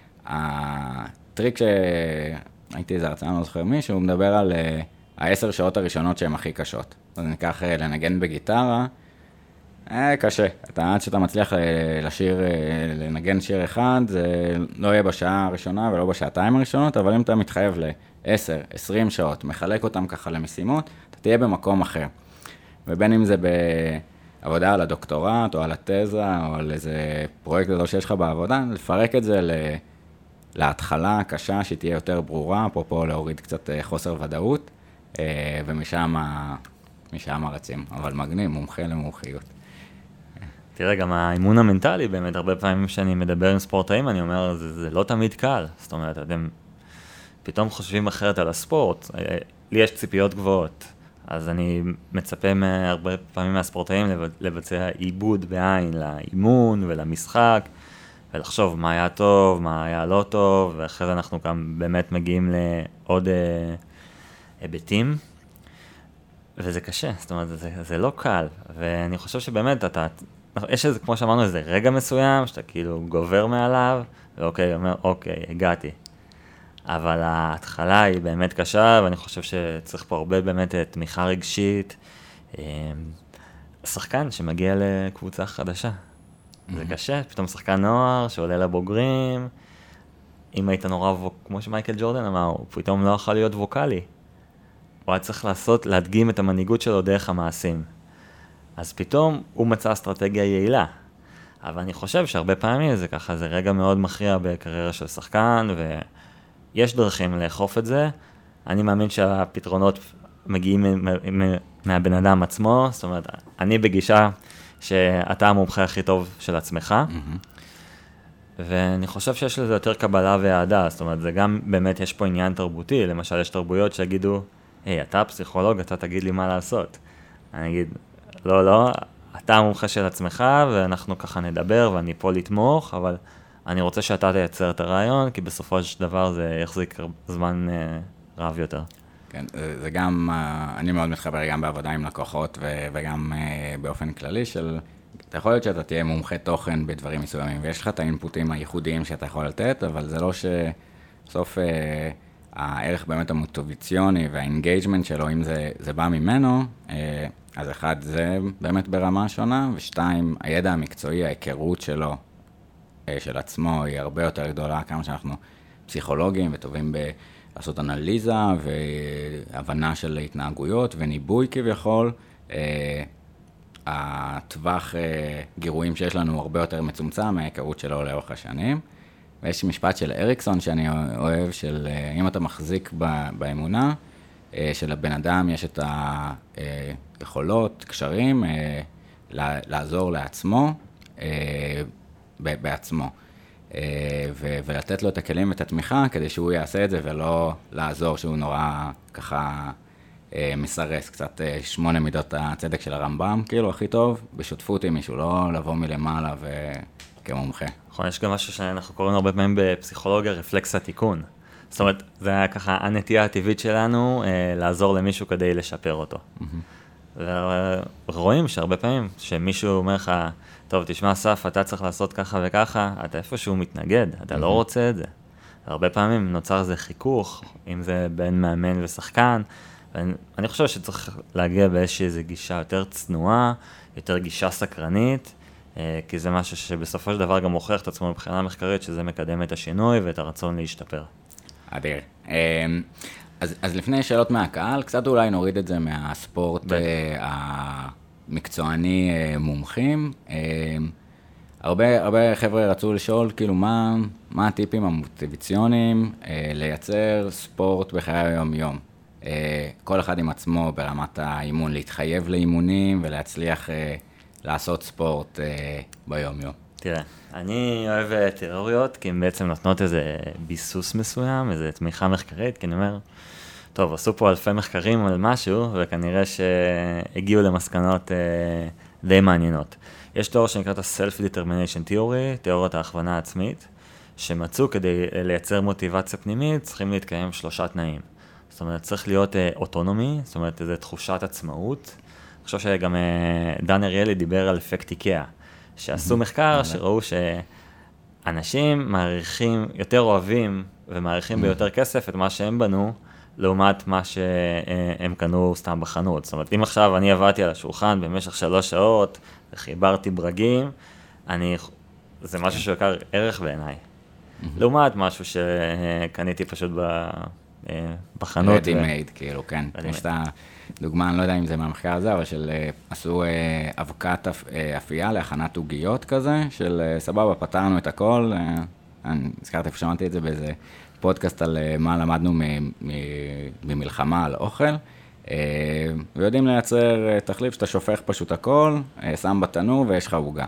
הטריק שהייתי איזה הרצאה, אני לא זוכר מישהו, הוא מדבר על העשר שעות הראשונות שהן הכי קשות. אז ניקח לנגן בגיטרה, אה, קשה. אתה, עד שאתה מצליח לשיר, לנגן שיר אחד, זה לא יהיה בשעה הראשונה ולא בשעתיים הראשונות, אבל אם אתה מתחייב ל-עשר, עשרים שעות, מחלק אותם ככה למשימות, אתה תהיה במקום אחר. ובין אם זה בעבודה על הדוקטורט, או על התזה, או על איזה פרויקט גדול שיש לך בעבודה, לפרק את זה ל... להתחלה הקשה, שהיא תהיה יותר ברורה, אפרופו להוריד קצת חוסר ודאות, ומשם משם רצים. אבל מגניב, מומחה למומחיות. תראה, גם האימון המנטלי, באמת, הרבה פעמים שאני מדבר עם ספורטאים, אני אומר, זה, זה לא תמיד קל. זאת אומרת, אתם פתאום חושבים אחרת על הספורט. לי יש ציפיות גבוהות, אז אני מצפה הרבה פעמים מהספורטאים לבצע עיבוד בעין לאימון ולמשחק, ולחשוב מה היה טוב, מה היה לא טוב, ואחרי זה אנחנו גם באמת מגיעים לעוד אה, היבטים, וזה קשה, זאת אומרת, זה, זה לא קל, ואני חושב שבאמת אתה... יש איזה, כמו שאמרנו, איזה רגע מסוים, שאתה כאילו גובר מעליו, ואוקיי, אומר, אוקיי, הגעתי. אבל ההתחלה היא באמת קשה, ואני חושב שצריך פה הרבה באמת תמיכה רגשית. שחקן שמגיע לקבוצה חדשה. זה קשה, פתאום שחקן נוער שעולה לבוגרים, אם היית נורא, כמו שמייקל ג'ורדן אמר, הוא פתאום לא יכול להיות ווקלי. הוא היה צריך לעשות, להדגים את המנהיגות שלו דרך המעשים. אז פתאום הוא מצא אסטרטגיה יעילה. אבל אני חושב שהרבה פעמים זה ככה, זה רגע מאוד מכריע בקריירה של שחקן, ויש דרכים לאכוף את זה. אני מאמין שהפתרונות מגיעים מהבן אדם עצמו, זאת אומרת, אני בגישה שאתה המומחה הכי טוב של עצמך, ואני חושב שיש לזה יותר קבלה והעדה, זאת אומרת, זה גם באמת יש פה עניין תרבותי, למשל יש תרבויות שיגידו, היי, אתה פסיכולוג, אתה תגיד לי מה לעשות. אני אגיד, לא, לא, אתה המומחה של עצמך, ואנחנו ככה נדבר, ואני פה לתמוך, אבל אני רוצה שאתה תייצר את הרעיון, כי בסופו של דבר זה יחזיק זמן אה, רב יותר. כן, זה גם, אני מאוד מתחבר גם בעבודה עם לקוחות, וגם באופן כללי של, אתה יכול להיות שאתה תהיה מומחה תוכן בדברים מסוימים, ויש לך את האינפוטים הייחודיים שאתה יכול לתת, אבל זה לא שסוף הערך באמת המוטיבציוני והאינגייג'מנט שלו, אם זה, זה בא ממנו, אז אחד, זה באמת ברמה שונה, ושתיים, הידע המקצועי, ההיכרות שלו, של עצמו, היא הרבה יותר גדולה, כמה שאנחנו פסיכולוגים וטובים ב... לעשות אנליזה והבנה של התנהגויות וניבוי כביכול. הטווח גירויים שיש לנו הרבה יותר מצומצם מההיכרות שלו לאורך השנים. ויש משפט של אריקסון שאני אוהב, של אם אתה מחזיק באמונה, שלבן אדם יש את היכולות, קשרים, לעזור לעצמו בעצמו. ולתת לו את הכלים ואת התמיכה, כדי שהוא יעשה את זה, ולא לעזור שהוא נורא ככה מסרס, קצת שמונה מידות הצדק של הרמב"ם, כאילו הכי טוב, בשותפות עם מישהו, לא לבוא מלמעלה וכמומחה. נכון, יש גם משהו שאנחנו קוראים הרבה פעמים בפסיכולוגיה, רפלקס התיקון. זאת אומרת, זה היה ככה הנטייה הטבעית שלנו, לעזור למישהו כדי לשפר אותו. ורואים שהרבה פעמים, שמישהו אומר לך, טוב, תשמע אסף, אתה צריך לעשות ככה וככה, אתה איפשהו מתנגד, אתה לא רוצה את זה. הרבה פעמים נוצר איזה חיכוך, אם זה בין מאמן ושחקן, ואני חושב שצריך להגיע באיזושהי איזו גישה יותר צנועה, יותר גישה סקרנית, כי זה משהו שבסופו של דבר גם מוכיח את עצמו מבחינה מחקרית, שזה מקדם את השינוי ואת הרצון להשתפר. אדיר. אז, אז לפני שאלות מהקהל, קצת אולי נוריד את זה מהספורט המקצועני מומחים. הרבה, הרבה חבר'ה רצו לשאול, כאילו, מה, מה הטיפים המוטיבציוניים לייצר ספורט בחיי היום-יום? כל אחד עם עצמו ברמת האימון, להתחייב לאימונים ולהצליח לעשות ספורט ביום-יום. תראה, אני אוהב תיאוריות, כי הן בעצם נותנות איזה ביסוס מסוים, איזה תמיכה מחקרית, כי אני אומר, טוב, עשו פה אלפי מחקרים על משהו, וכנראה שהגיעו למסקנות אה, די מעניינות. יש תיאוריה שנקראת ה-Self-Determination Theory, תיאוריית ההכוונה העצמית, שמצאו כדי לייצר מוטיבציה פנימית, צריכים להתקיים שלושה תנאים. זאת אומרת, צריך להיות אה, אוטונומי, זאת אומרת, איזו תחושת עצמאות. אני חושב שגם אה, דן אריאלי דיבר על אפקט איקאה, שעשו מחקר שראו שאנשים מעריכים, יותר אוהבים ומעריכים ביותר כסף את מה שהם בנו, לעומת מה שהם קנו סתם בחנות. זאת אומרת, אם עכשיו אני עבדתי על השולחן במשך שלוש שעות, וחיברתי ברגים, אני, זה משהו שיקר ערך בעיניי. לעומת משהו שקניתי פשוט בחנות. רדי מייד, כאילו, כן. יש את הדוגמה, אני לא יודע אם זה מהמחקר הזה, אבל של עשו אבקת אפייה להכנת עוגיות כזה, של סבבה, פתרנו את הכל. אני הזכרתי איפה שמעתי את זה באיזה פודקאסט על מה למדנו ממלחמה על אוכל, ויודעים לייצר תחליף שאתה שופך פשוט הכל, שם בתנור ויש לך עוגה.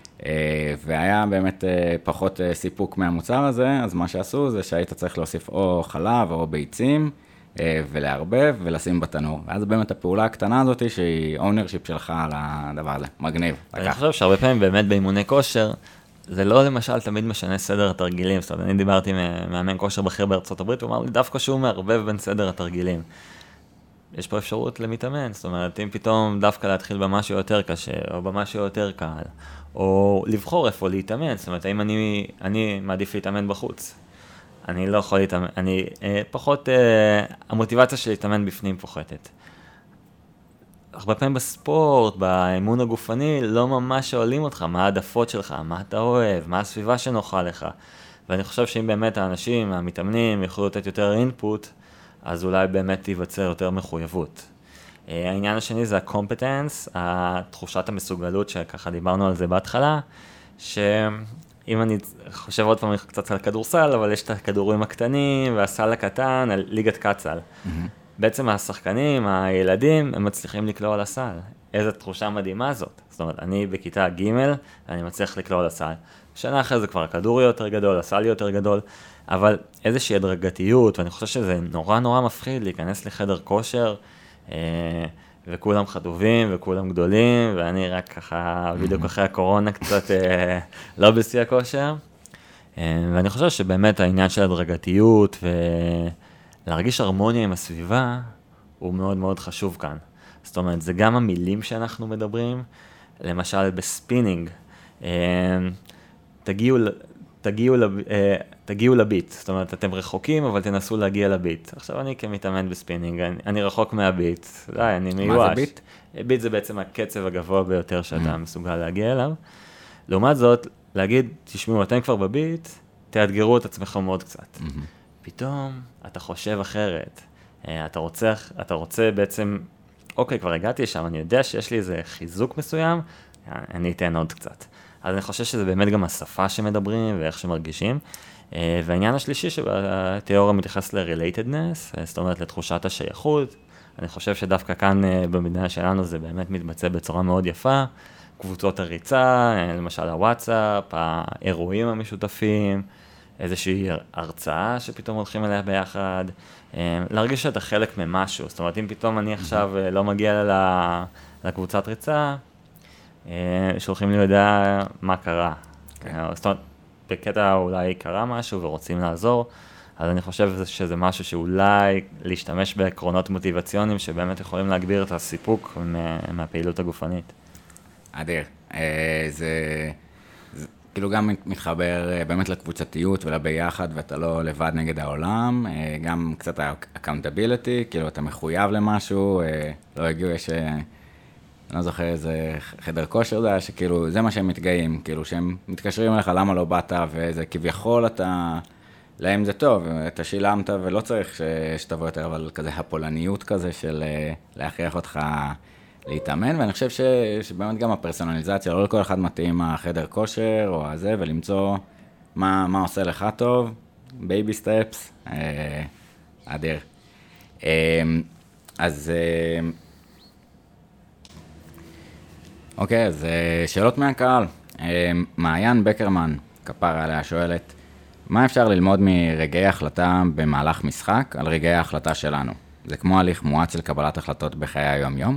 והיה באמת פחות סיפוק מהמוצר הזה, אז מה שעשו זה שהיית צריך להוסיף או חלב או ביצים, ולהרבב ולשים בתנור. ואז באמת הפעולה הקטנה הזאת שהיא אונרשיפ שלך על הדבר הזה, מגניב. אני חושב שהרבה פעמים באמת באימוני כושר, זה לא למשל תמיד משנה סדר התרגילים, זאת אומרת, אני דיברתי עם מאמן כושר בכיר בארצות הברית, הוא אמר לי דווקא שהוא מערבב בין סדר התרגילים. יש פה אפשרות למתאמן, זאת אומרת, אם פתאום דווקא להתחיל במשהו יותר קשה, או במשהו יותר קל, או לבחור איפה להתאמן, זאת אומרת, האם אני, אני מעדיף להתאמן בחוץ, אני לא יכול להתאמן, אני פחות, המוטיבציה של להתאמן בפנים פוחתת. הרבה פעמים בספורט, באימון הגופני, לא ממש שואלים אותך מה העדפות שלך, מה אתה אוהב, מה הסביבה שנוחה לך. ואני חושב שאם באמת האנשים, המתאמנים, יוכלו לתת יותר אינפוט, אז אולי באמת ייווצר יותר מחויבות. העניין השני זה הקומפטנס, התחושת המסוגלות שככה דיברנו על זה בהתחלה, שאם אני חושב עוד פעם קצת על כדורסל, אבל יש את הכדורים הקטנים והסל הקטן, על ליגת קצל. Mm-hmm. בעצם השחקנים, הילדים, הם מצליחים לקלוע על הסל. איזו תחושה מדהימה זאת. זאת אומרת, אני בכיתה ג' אני מצליח לקלוע על הסל. שנה אחרי זה כבר הכדור יותר גדול, הסל יותר גדול, אבל איזושהי הדרגתיות, ואני חושב שזה נורא נורא מפחיד להיכנס לחדר כושר, וכולם חטובים וכולם גדולים, ואני רק ככה בדיוק אחרי הקורונה קצת לא בשיא הכושר. ואני חושב שבאמת העניין של הדרגתיות ולהרגיש הרמוניה עם הסביבה הוא מאוד מאוד חשוב כאן. זאת אומרת, זה גם המילים שאנחנו מדברים, למשל בספינינג, תגיעו, תגיעו, תגיעו לביט, זאת אומרת, אתם רחוקים, אבל תנסו להגיע לביט. עכשיו, אני כמתאמן בספינינג, אני, אני רחוק מהביט, די, אני מיואש. מה זה ביט? ביט זה בעצם הקצב הגבוה ביותר שאתה מסוגל להגיע אליו. לעומת זאת, להגיד, תשמעו, אתם כבר בביט, תאתגרו את עצמך מאוד קצת. פתאום אתה חושב אחרת. אתה רוצה, אתה רוצה בעצם, אוקיי, כבר הגעתי שם, אני יודע שיש לי איזה חיזוק מסוים, אני אתן עוד קצת. אז אני חושב שזה באמת גם השפה שמדברים ואיך שמרגישים. והעניין השלישי שבתיאוריה מתייחס ל-relatedness, זאת אומרת לתחושת השייכות. אני חושב שדווקא כאן במדינה שלנו זה באמת מתבצע בצורה מאוד יפה. קבוצות הריצה, למשל הוואטסאפ, האירועים המשותפים, איזושהי הרצאה שפתאום הולכים אליה ביחד. להרגיש שאתה חלק ממשהו. זאת אומרת, אם פתאום אני עכשיו לא מגיע לקבוצת ריצה, שולחים לי יודע מה קרה. זאת אומרת, בקטע אולי קרה משהו ורוצים לעזור, אז אני חושב שזה משהו שאולי להשתמש בעקרונות מוטיבציוניים שבאמת יכולים להגביר את הסיפוק מהפעילות הגופנית. אדיר. זה כאילו גם מתחבר באמת לקבוצתיות ולביחד, ואתה לא לבד נגד העולם, גם קצת ה-accountability, כאילו אתה מחויב למשהו, לא הגיעו, יש... אני לא זוכר איזה חדר כושר זה היה, שכאילו, זה מה שהם מתגאים, כאילו, שהם מתקשרים אליך, למה לא באת, וזה כביכול אתה, להם זה טוב, אתה שילמת ולא צריך שתבוא יותר, אבל כזה הפולניות כזה של להכריח אותך להתאמן, ואני חושב ש, שבאמת גם הפרסונליזציה, לא לכל אחד מתאים החדר כושר או הזה, ולמצוא מה, מה עושה לך טוב, בייבי סטפס, אדיר. אז... אוקיי, אז שאלות מהקהל. מעיין בקרמן, כפרה עליה, שואלת, מה אפשר ללמוד מרגעי החלטה במהלך משחק על רגעי ההחלטה שלנו? זה כמו הליך מואץ של קבלת החלטות בחיי היום-יום?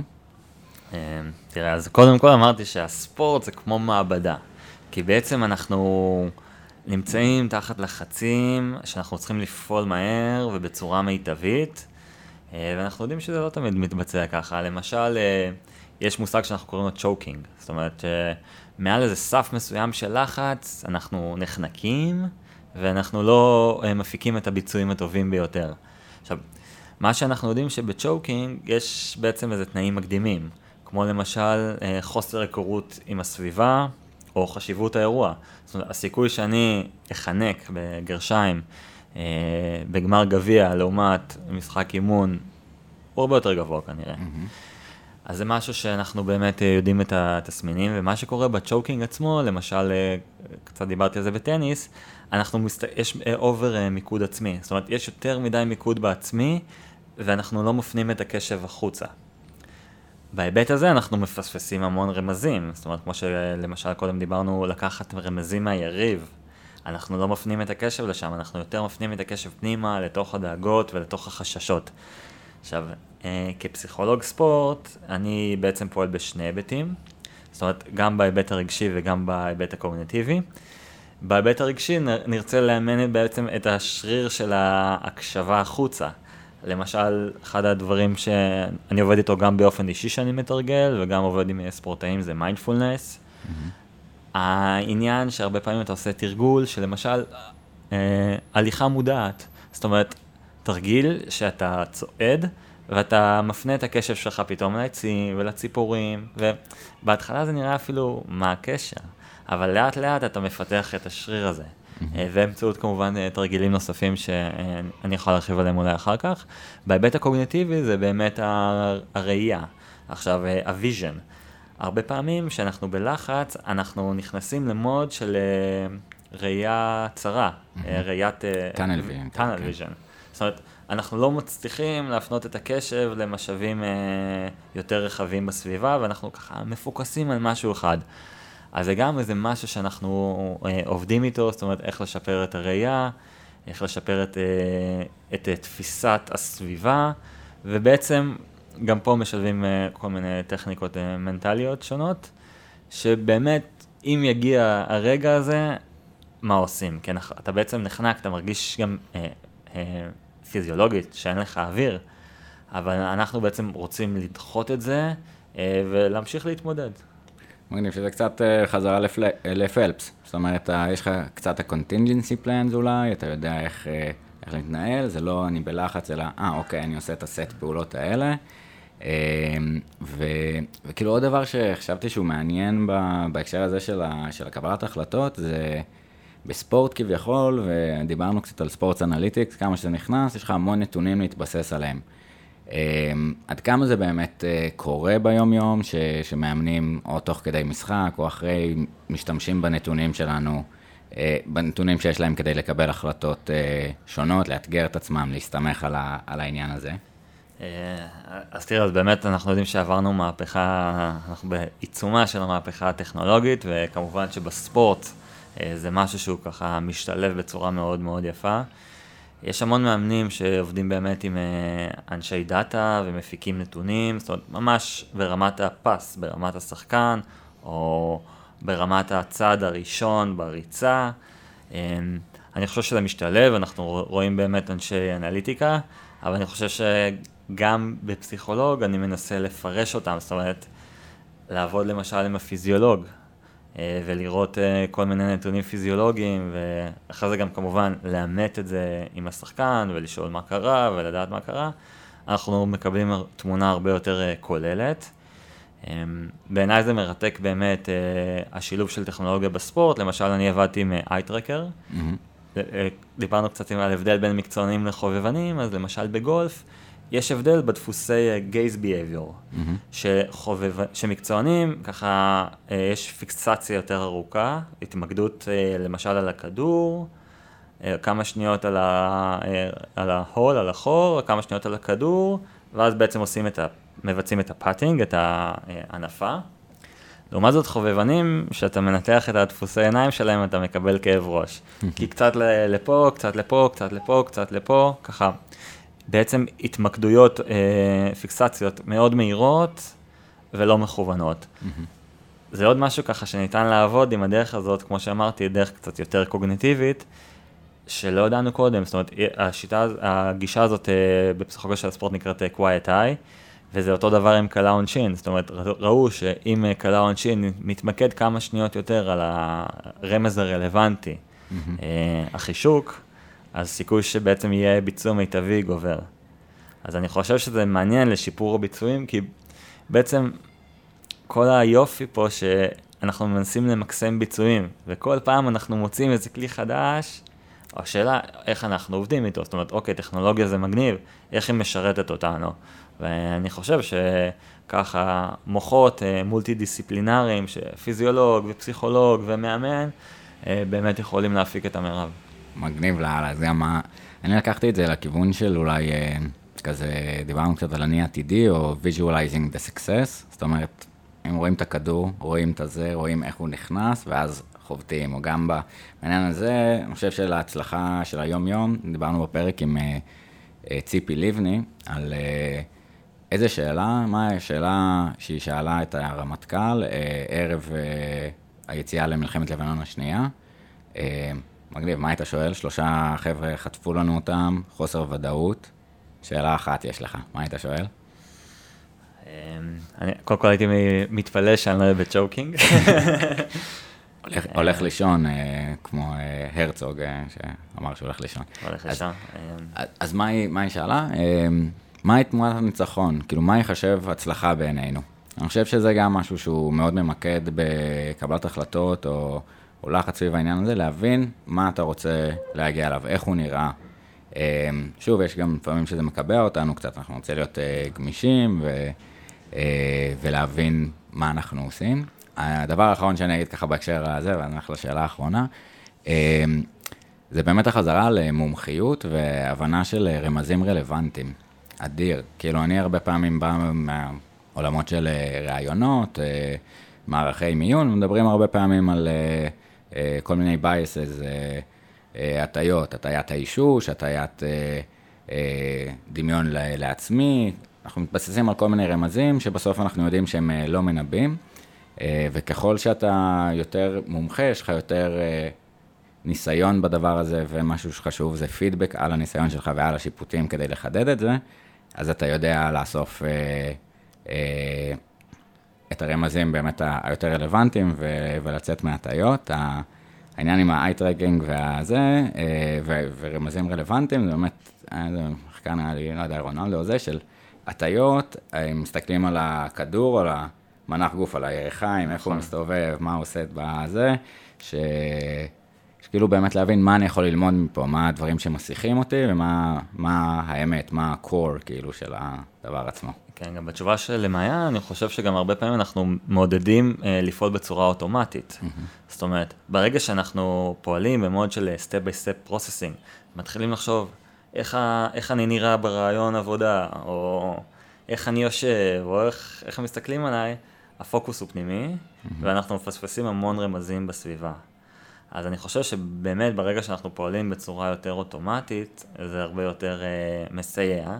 תראה, אז קודם כל אמרתי שהספורט זה כמו מעבדה, כי בעצם אנחנו נמצאים תחת לחצים שאנחנו צריכים לפעול מהר ובצורה מיטבית, ואנחנו יודעים שזה לא תמיד מתבצע ככה. למשל, יש מושג שאנחנו קוראים לו צ'וקינג, זאת אומרת שמעל איזה סף מסוים של לחץ, אנחנו נחנקים, ואנחנו לא מפיקים את הביצועים הטובים ביותר. עכשיו, מה שאנחנו יודעים שבצ'וקינג יש בעצם איזה תנאים מקדימים, כמו למשל חוסר היכרות עם הסביבה, או חשיבות האירוע. זאת אומרת, הסיכוי שאני אחנק בגרשיים, בגמר גביע, לעומת משחק אימון, הוא הרבה יותר גבוה כנראה. Mm-hmm. אז זה משהו שאנחנו באמת יודעים את התסמינים, ומה שקורה בצ'וקינג עצמו, למשל, קצת דיברתי על זה בטניס, אנחנו מסת... יש אובר מיקוד עצמי, זאת אומרת, יש יותר מדי מיקוד בעצמי, ואנחנו לא מפנים את הקשב החוצה. בהיבט הזה אנחנו מפספסים המון רמזים, זאת אומרת, כמו שלמשל קודם דיברנו, לקחת רמזים מהיריב, אנחנו לא מפנים את הקשב לשם, אנחנו יותר מפנים את הקשב פנימה, לתוך הדאגות ולתוך החששות. עכשיו, כפסיכולוג ספורט, אני בעצם פועל בשני היבטים, זאת אומרת, גם בהיבט הרגשי וגם בהיבט הקוגניטיבי. בהיבט הרגשי נרצה לאמן בעצם את השריר של ההקשבה החוצה. למשל, אחד הדברים שאני עובד איתו גם באופן אישי שאני מתרגל, וגם עובד עם ספורטאים, זה מיינדפולנס. Mm-hmm. העניין שהרבה פעמים אתה עושה תרגול, שלמשל, אה, הליכה מודעת. זאת אומרת, תרגיל שאתה צועד, ואתה מפנה את הקשב שלך פתאום לעצים ולציפורים, ובהתחלה זה נראה אפילו מה הקשר, אבל לאט לאט אתה מפתח את השריר הזה. ובאמצעות כמובן תרגילים נוספים שאני יכול להרחיב עליהם אולי אחר כך. בהיבט הקוגניטיבי זה באמת הראייה. עכשיו, הוויז'ן. הרבה פעמים שאנחנו בלחץ, אנחנו נכנסים למוד של ראייה צרה, ראיית... טאנל ויז'ן. טאנל ויז'ן. זאת אומרת, אנחנו לא מצליחים להפנות את הקשב למשאבים יותר רחבים בסביבה, ואנחנו ככה מפוקסים על משהו אחד. אז זה גם איזה משהו שאנחנו עובדים איתו, זאת אומרת, איך לשפר את הראייה, איך לשפר את, את תפיסת הסביבה, ובעצם גם פה משלבים כל מיני טכניקות מנטליות שונות, שבאמת, אם יגיע הרגע הזה, מה עושים? כן, אתה בעצם נחנק, אתה מרגיש גם אה, אה, פיזיולוגית שאין לך אוויר, אבל אנחנו בעצם רוצים לדחות את זה אה, ולהמשיך להתמודד. מגניב שזה קצת אה, חזרה לפלפס, זאת אומרת, אה, יש לך קצת ה-contingency plans אולי, אתה יודע איך, אה, איך להתנהל, זה לא אני בלחץ, אלא, אה, אוקיי, אני עושה את הסט פעולות האלה, אה, ו, וכאילו עוד דבר שחשבתי שהוא מעניין בהקשר הזה של, ה, של הקבלת החלטות, זה בספורט כביכול, ודיברנו קצת על ספורט אנליטיקס, כמה שזה נכנס, יש לך המון נתונים להתבסס עליהם. עד כמה זה באמת קורה ביום יום, ש, שמאמנים או תוך כדי משחק, או אחרי משתמשים בנתונים שלנו, בנתונים שיש להם כדי לקבל החלטות שונות, לאתגר את עצמם, להסתמך על, ה, על העניין הזה? אז תראה, אז באמת אנחנו יודעים שעברנו מהפכה, אנחנו בעיצומה של המהפכה הטכנולוגית, וכמובן שבספורט, זה משהו שהוא ככה משתלב בצורה מאוד מאוד יפה. יש המון מאמנים שעובדים באמת עם אנשי דאטה ומפיקים נתונים, זאת אומרת, ממש ברמת הפס, ברמת השחקן, או ברמת הצעד הראשון בריצה. אני חושב שזה משתלב, אנחנו רואים באמת אנשי אנליטיקה, אבל אני חושב שגם בפסיכולוג אני מנסה לפרש אותם, זאת אומרת, לעבוד למשל עם הפיזיולוג, ולראות כל מיני נתונים פיזיולוגיים, ואחרי זה גם כמובן לאמת את זה עם השחקן, ולשאול מה קרה, ולדעת מה קרה. אנחנו מקבלים תמונה הרבה יותר כוללת. בעיניי זה מרתק באמת השילוב של טכנולוגיה בספורט, למשל אני עבדתי עם אייטרקר, mm-hmm. דיברנו קצת על הבדל בין מקצוענים לחובבנים, אז למשל בגולף, יש הבדל בדפוסי גייז בייביור, שחובב... שמקצוענים, ככה יש פיקסציה יותר ארוכה, התמקדות למשל על הכדור, כמה שניות על, ה... על ההול, על החור, כמה שניות על הכדור, ואז בעצם עושים את ה... מבצעים את הפאטינג, את הענפה. לעומת זאת חובבנים, שאתה מנתח את הדפוסי עיניים שלהם, אתה מקבל כאב ראש. כי קצת לפה, קצת לפה, קצת לפה, קצת לפה, ככה. בעצם התמקדויות, אה, פיקסציות מאוד מהירות ולא מכוונות. Mm-hmm. זה עוד משהו ככה שניתן לעבוד עם הדרך הזאת, כמו שאמרתי, דרך קצת יותר קוגניטיבית, שלא ידענו קודם. זאת אומרת, השיטה, הגישה הזאת אה, בפסיכולוגיה של הספורט נקראת quiet eye, וזה אותו דבר עם קלה עונשין. זאת אומרת, ראו שאם קלה עונשין מתמקד כמה שניות יותר על הרמז הרלוונטי, mm-hmm. אה, החישוק, אז סיכוי שבעצם יהיה ביצוע מיטבי גובר. אז אני חושב שזה מעניין לשיפור הביצועים, כי בעצם כל היופי פה שאנחנו מנסים למקסם ביצועים, וכל פעם אנחנו מוצאים איזה כלי חדש, השאלה איך אנחנו עובדים איתו, זאת אומרת, אוקיי, טכנולוגיה זה מגניב, איך היא משרתת אותנו. ואני חושב שככה מוחות מולטי-דיסציפלינריים, שפיזיולוג ופסיכולוג ומאמן, באמת יכולים להפיק את המרב. מגניב להלאה, אז גם מה, אני לקחתי את זה לכיוון של אולי אה, כזה, דיברנו קצת על אני עתידי, או visualizing the success, זאת אומרת, אם רואים את הכדור, רואים את זה, רואים איך הוא נכנס, ואז חובטים, או גם בעניין הזה, אני חושב שלהצלחה של היום-יום, דיברנו בפרק עם אה, אה, ציפי ליבני, על אה, איזה שאלה, מה השאלה שהיא שאלה את הרמטכ"ל, אה, ערב אה, היציאה למלחמת לבנון השנייה, אה, מגניב, מה היית שואל? שלושה חבר'ה חטפו לנו אותם, חוסר ודאות. שאלה אחת יש לך, מה היית שואל? אני קודם כל הייתי מתפלא שאני לא אוהב בצ'וקינג. הולך לישון, כמו הרצוג, שאמר שהוא הולך לישון. הולך לישון. אז מה היא שאלה? מה היא תמונת הניצחון? כאילו, מה יחשב הצלחה בעינינו? אני חושב שזה גם משהו שהוא מאוד ממקד בקבלת החלטות, או או לחץ סביב העניין הזה, להבין מה אתה רוצה להגיע אליו, איך הוא נראה. שוב, יש גם לפעמים שזה מקבע אותנו קצת, אנחנו רוצים להיות גמישים ו, ולהבין מה אנחנו עושים. הדבר האחרון שאני אגיד ככה בהקשר הזה, ואני הולך לשאלה האחרונה, זה באמת החזרה למומחיות והבנה של רמזים רלוונטיים. אדיר. כאילו, אני הרבה פעמים בא מהעולמות של רעיונות, מערכי מיון, מדברים הרבה פעמים על כל מיני biases, הטיות, הטיית האישוש, הטיית דמיון לעצמי. אנחנו מתבססים על כל מיני רמזים שבסוף אנחנו יודעים שהם לא מנבאים, וככל שאתה יותר מומחה, יש לך יותר ניסיון בדבר הזה, ומשהו שחשוב זה פידבק על הניסיון שלך ועל השיפוטים כדי לחדד את זה, אז אתה יודע לאסוף אה, אה, את הרמזים באמת היותר רלוונטיים ו- ולצאת מהטיות. העניין עם ה-eye-tracking והזה, אה, ו- ורמזים רלוונטיים, זה באמת, זה מחקר נראה לי, לא יודע, רונלדו זה, של הטיות, הם מסתכלים על הכדור, על המנח גוף, על הירכיים, איפה הוא מסתובב, מה הוא עושה בזה, ש... כאילו באמת להבין מה אני יכול ללמוד מפה, מה הדברים שמסיכים אותי, ומה מה האמת, מה ה-core כאילו של הדבר עצמו. כן, גם בתשובה של מעיין, אני חושב שגם הרבה פעמים אנחנו מעודדים אה, לפעול בצורה אוטומטית. Mm-hmm. זאת אומרת, ברגע שאנחנו פועלים במוד של step by step processing, מתחילים לחשוב איך, ה, איך אני נראה ברעיון עבודה, או איך אני יושב, או איך, איך הם מסתכלים עליי, הפוקוס הוא פנימי, mm-hmm. ואנחנו מפספסים המון רמזים בסביבה. אז אני חושב שבאמת ברגע שאנחנו פועלים בצורה יותר אוטומטית, זה הרבה יותר uh, מסייע,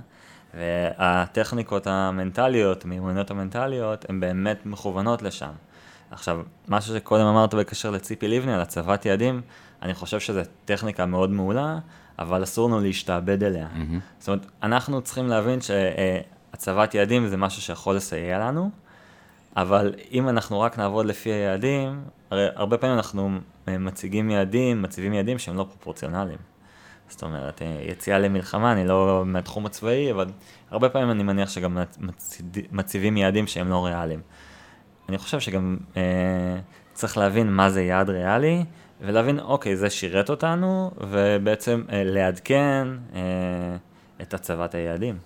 והטכניקות המנטליות, מיומנויות המנטליות, הן באמת מכוונות לשם. עכשיו, משהו שקודם אמרת בקשר לציפי לבני, על הצבת יעדים, אני חושב שזו טכניקה מאוד מעולה, אבל אסור לנו להשתעבד אליה. Mm-hmm. זאת אומרת, אנחנו צריכים להבין שהצבת יעדים זה משהו שיכול לסייע לנו, אבל אם אנחנו רק נעבוד לפי היעדים, הרי הרבה פעמים אנחנו מציגים יעדים, מציבים יעדים שהם לא פרופורציונליים. זאת אומרת, יציאה למלחמה, אני לא מהתחום הצבאי, אבל הרבה פעמים אני מניח שגם מציבים יעדים שהם לא ריאליים. אני חושב שגם אה, צריך להבין מה זה יעד ריאלי, ולהבין, אוקיי, זה שירת אותנו, ובעצם אה, לעדכן אה, את הצבת היעדים.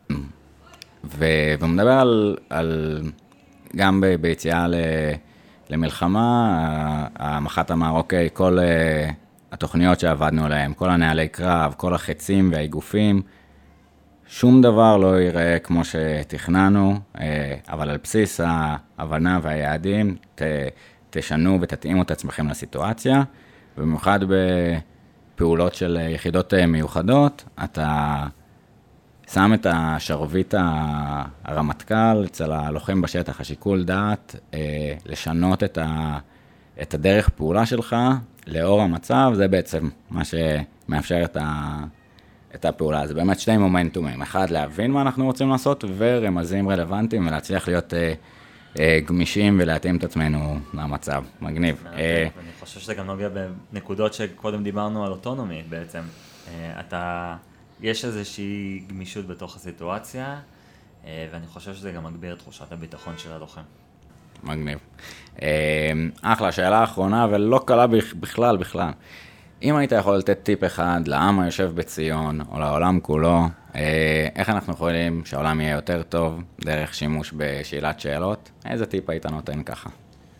ומדבר על, על גם ב, ביציאה ל... למלחמה, המח"ט אמר, אוקיי, כל uh, התוכניות שעבדנו עליהן, כל הנהלי קרב, כל החצים והאיגופים, שום דבר לא ייראה כמו שתכננו, uh, אבל על בסיס ההבנה והיעדים, ת, תשנו ותתאימו את עצמכם לסיטואציה, ובמיוחד בפעולות של יחידות מיוחדות, אתה שם את השרביט הרמטכ"ל אצל הלוחם בשטח, השיקול דעת, אה, לשנות את, ה, את הדרך פעולה שלך לאור המצב, זה בעצם מה שמאפשר את, ה, את הפעולה. זה באמת שני מומנטומים, אחד להבין מה אנחנו רוצים לעשות, ורמזים רלוונטיים, ולהצליח להיות אה, אה, גמישים ולהתאים את עצמנו למצב. מגניב. אה, אני חושב שזה גם נוגע בנקודות שקודם דיברנו על אוטונומי בעצם. אה, אתה... יש איזושהי גמישות בתוך הסיטואציה, ואני חושב שזה גם מגביר את תחושת הביטחון של הלוחם. מגניב. אחלה, שאלה האחרונה, ולא קלה בכלל, בכלל. אם היית יכול לתת טיפ אחד לעם היושב בציון, או לעולם כולו, איך אנחנו יכולים שהעולם יהיה יותר טוב, דרך שימוש בשאלת שאלות? איזה טיפ היית נותן ככה?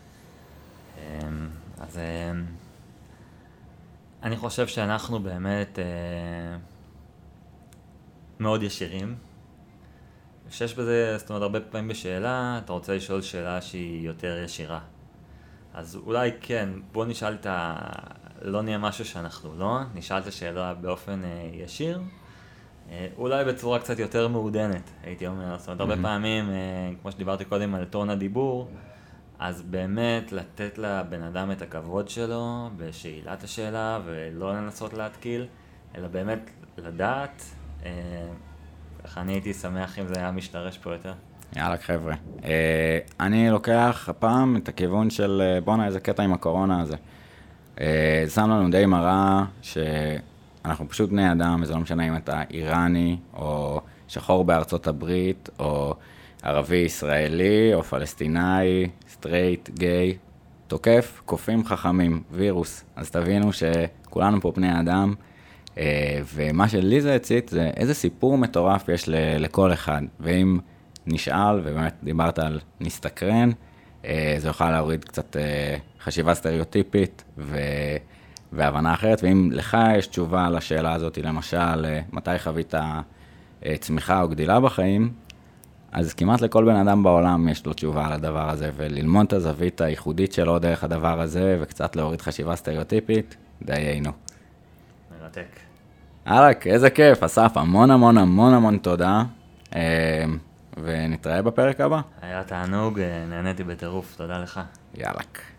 אז אני חושב שאנחנו באמת מאוד ישירים. שיש בזה, זאת אומרת, הרבה פעמים בשאלה, אתה רוצה לשאול שאלה שהיא יותר ישירה. אז אולי כן, בוא נשאל את ה... לא נהיה משהו שאנחנו לא, נשאל את השאלה באופן אה, ישיר, אה, אולי בצורה קצת יותר מעודנת, הייתי אומר. זאת אומרת, הרבה פעמים, אה, כמו שדיברתי קודם על טון הדיבור, אז באמת לתת לבן אדם את הכבוד שלו בשאלת השאלה, ולא לנסות להתקיל, אלא באמת לדעת, אה, איך אני הייתי שמח אם זה היה משתרש פה יותר. יאללה חבר'ה, אה, אני לוקח הפעם את הכיוון של אה, בונה איזה קטע עם הקורונה הזה. אה, זה שם לנו די מראה שאנחנו פשוט בני אדם, וזה לא משנה אם אתה איראני או שחור בארצות הברית או ערבי ישראלי או פלסטינאי, סטרייט, גיי, תוקף, קופים חכמים, וירוס. אז תבינו שכולנו פה בני אדם, ומה שלי זה הצית זה איזה סיפור מטורף יש לכל אחד. ואם נשאל, ובאמת דיברת על נסתקרן, זה יוכל להוריד קצת חשיבה סטריאוטיפית והבנה אחרת. ואם לך יש תשובה לשאלה הזאת, למשל, מתי חווית צמיחה או גדילה בחיים, אז כמעט לכל בן אדם בעולם יש לו תשובה על הדבר הזה, וללמוד את הזווית הייחודית שלו דרך הדבר הזה, וקצת להוריד חשיבה סטריאוטיפית, דיינו. מרתק. אלק, איזה כיף, אסף, המון המון המון המון תודה, ונתראה בפרק הבא. היה תענוג, נהניתי בטירוף, תודה לך. יאלק.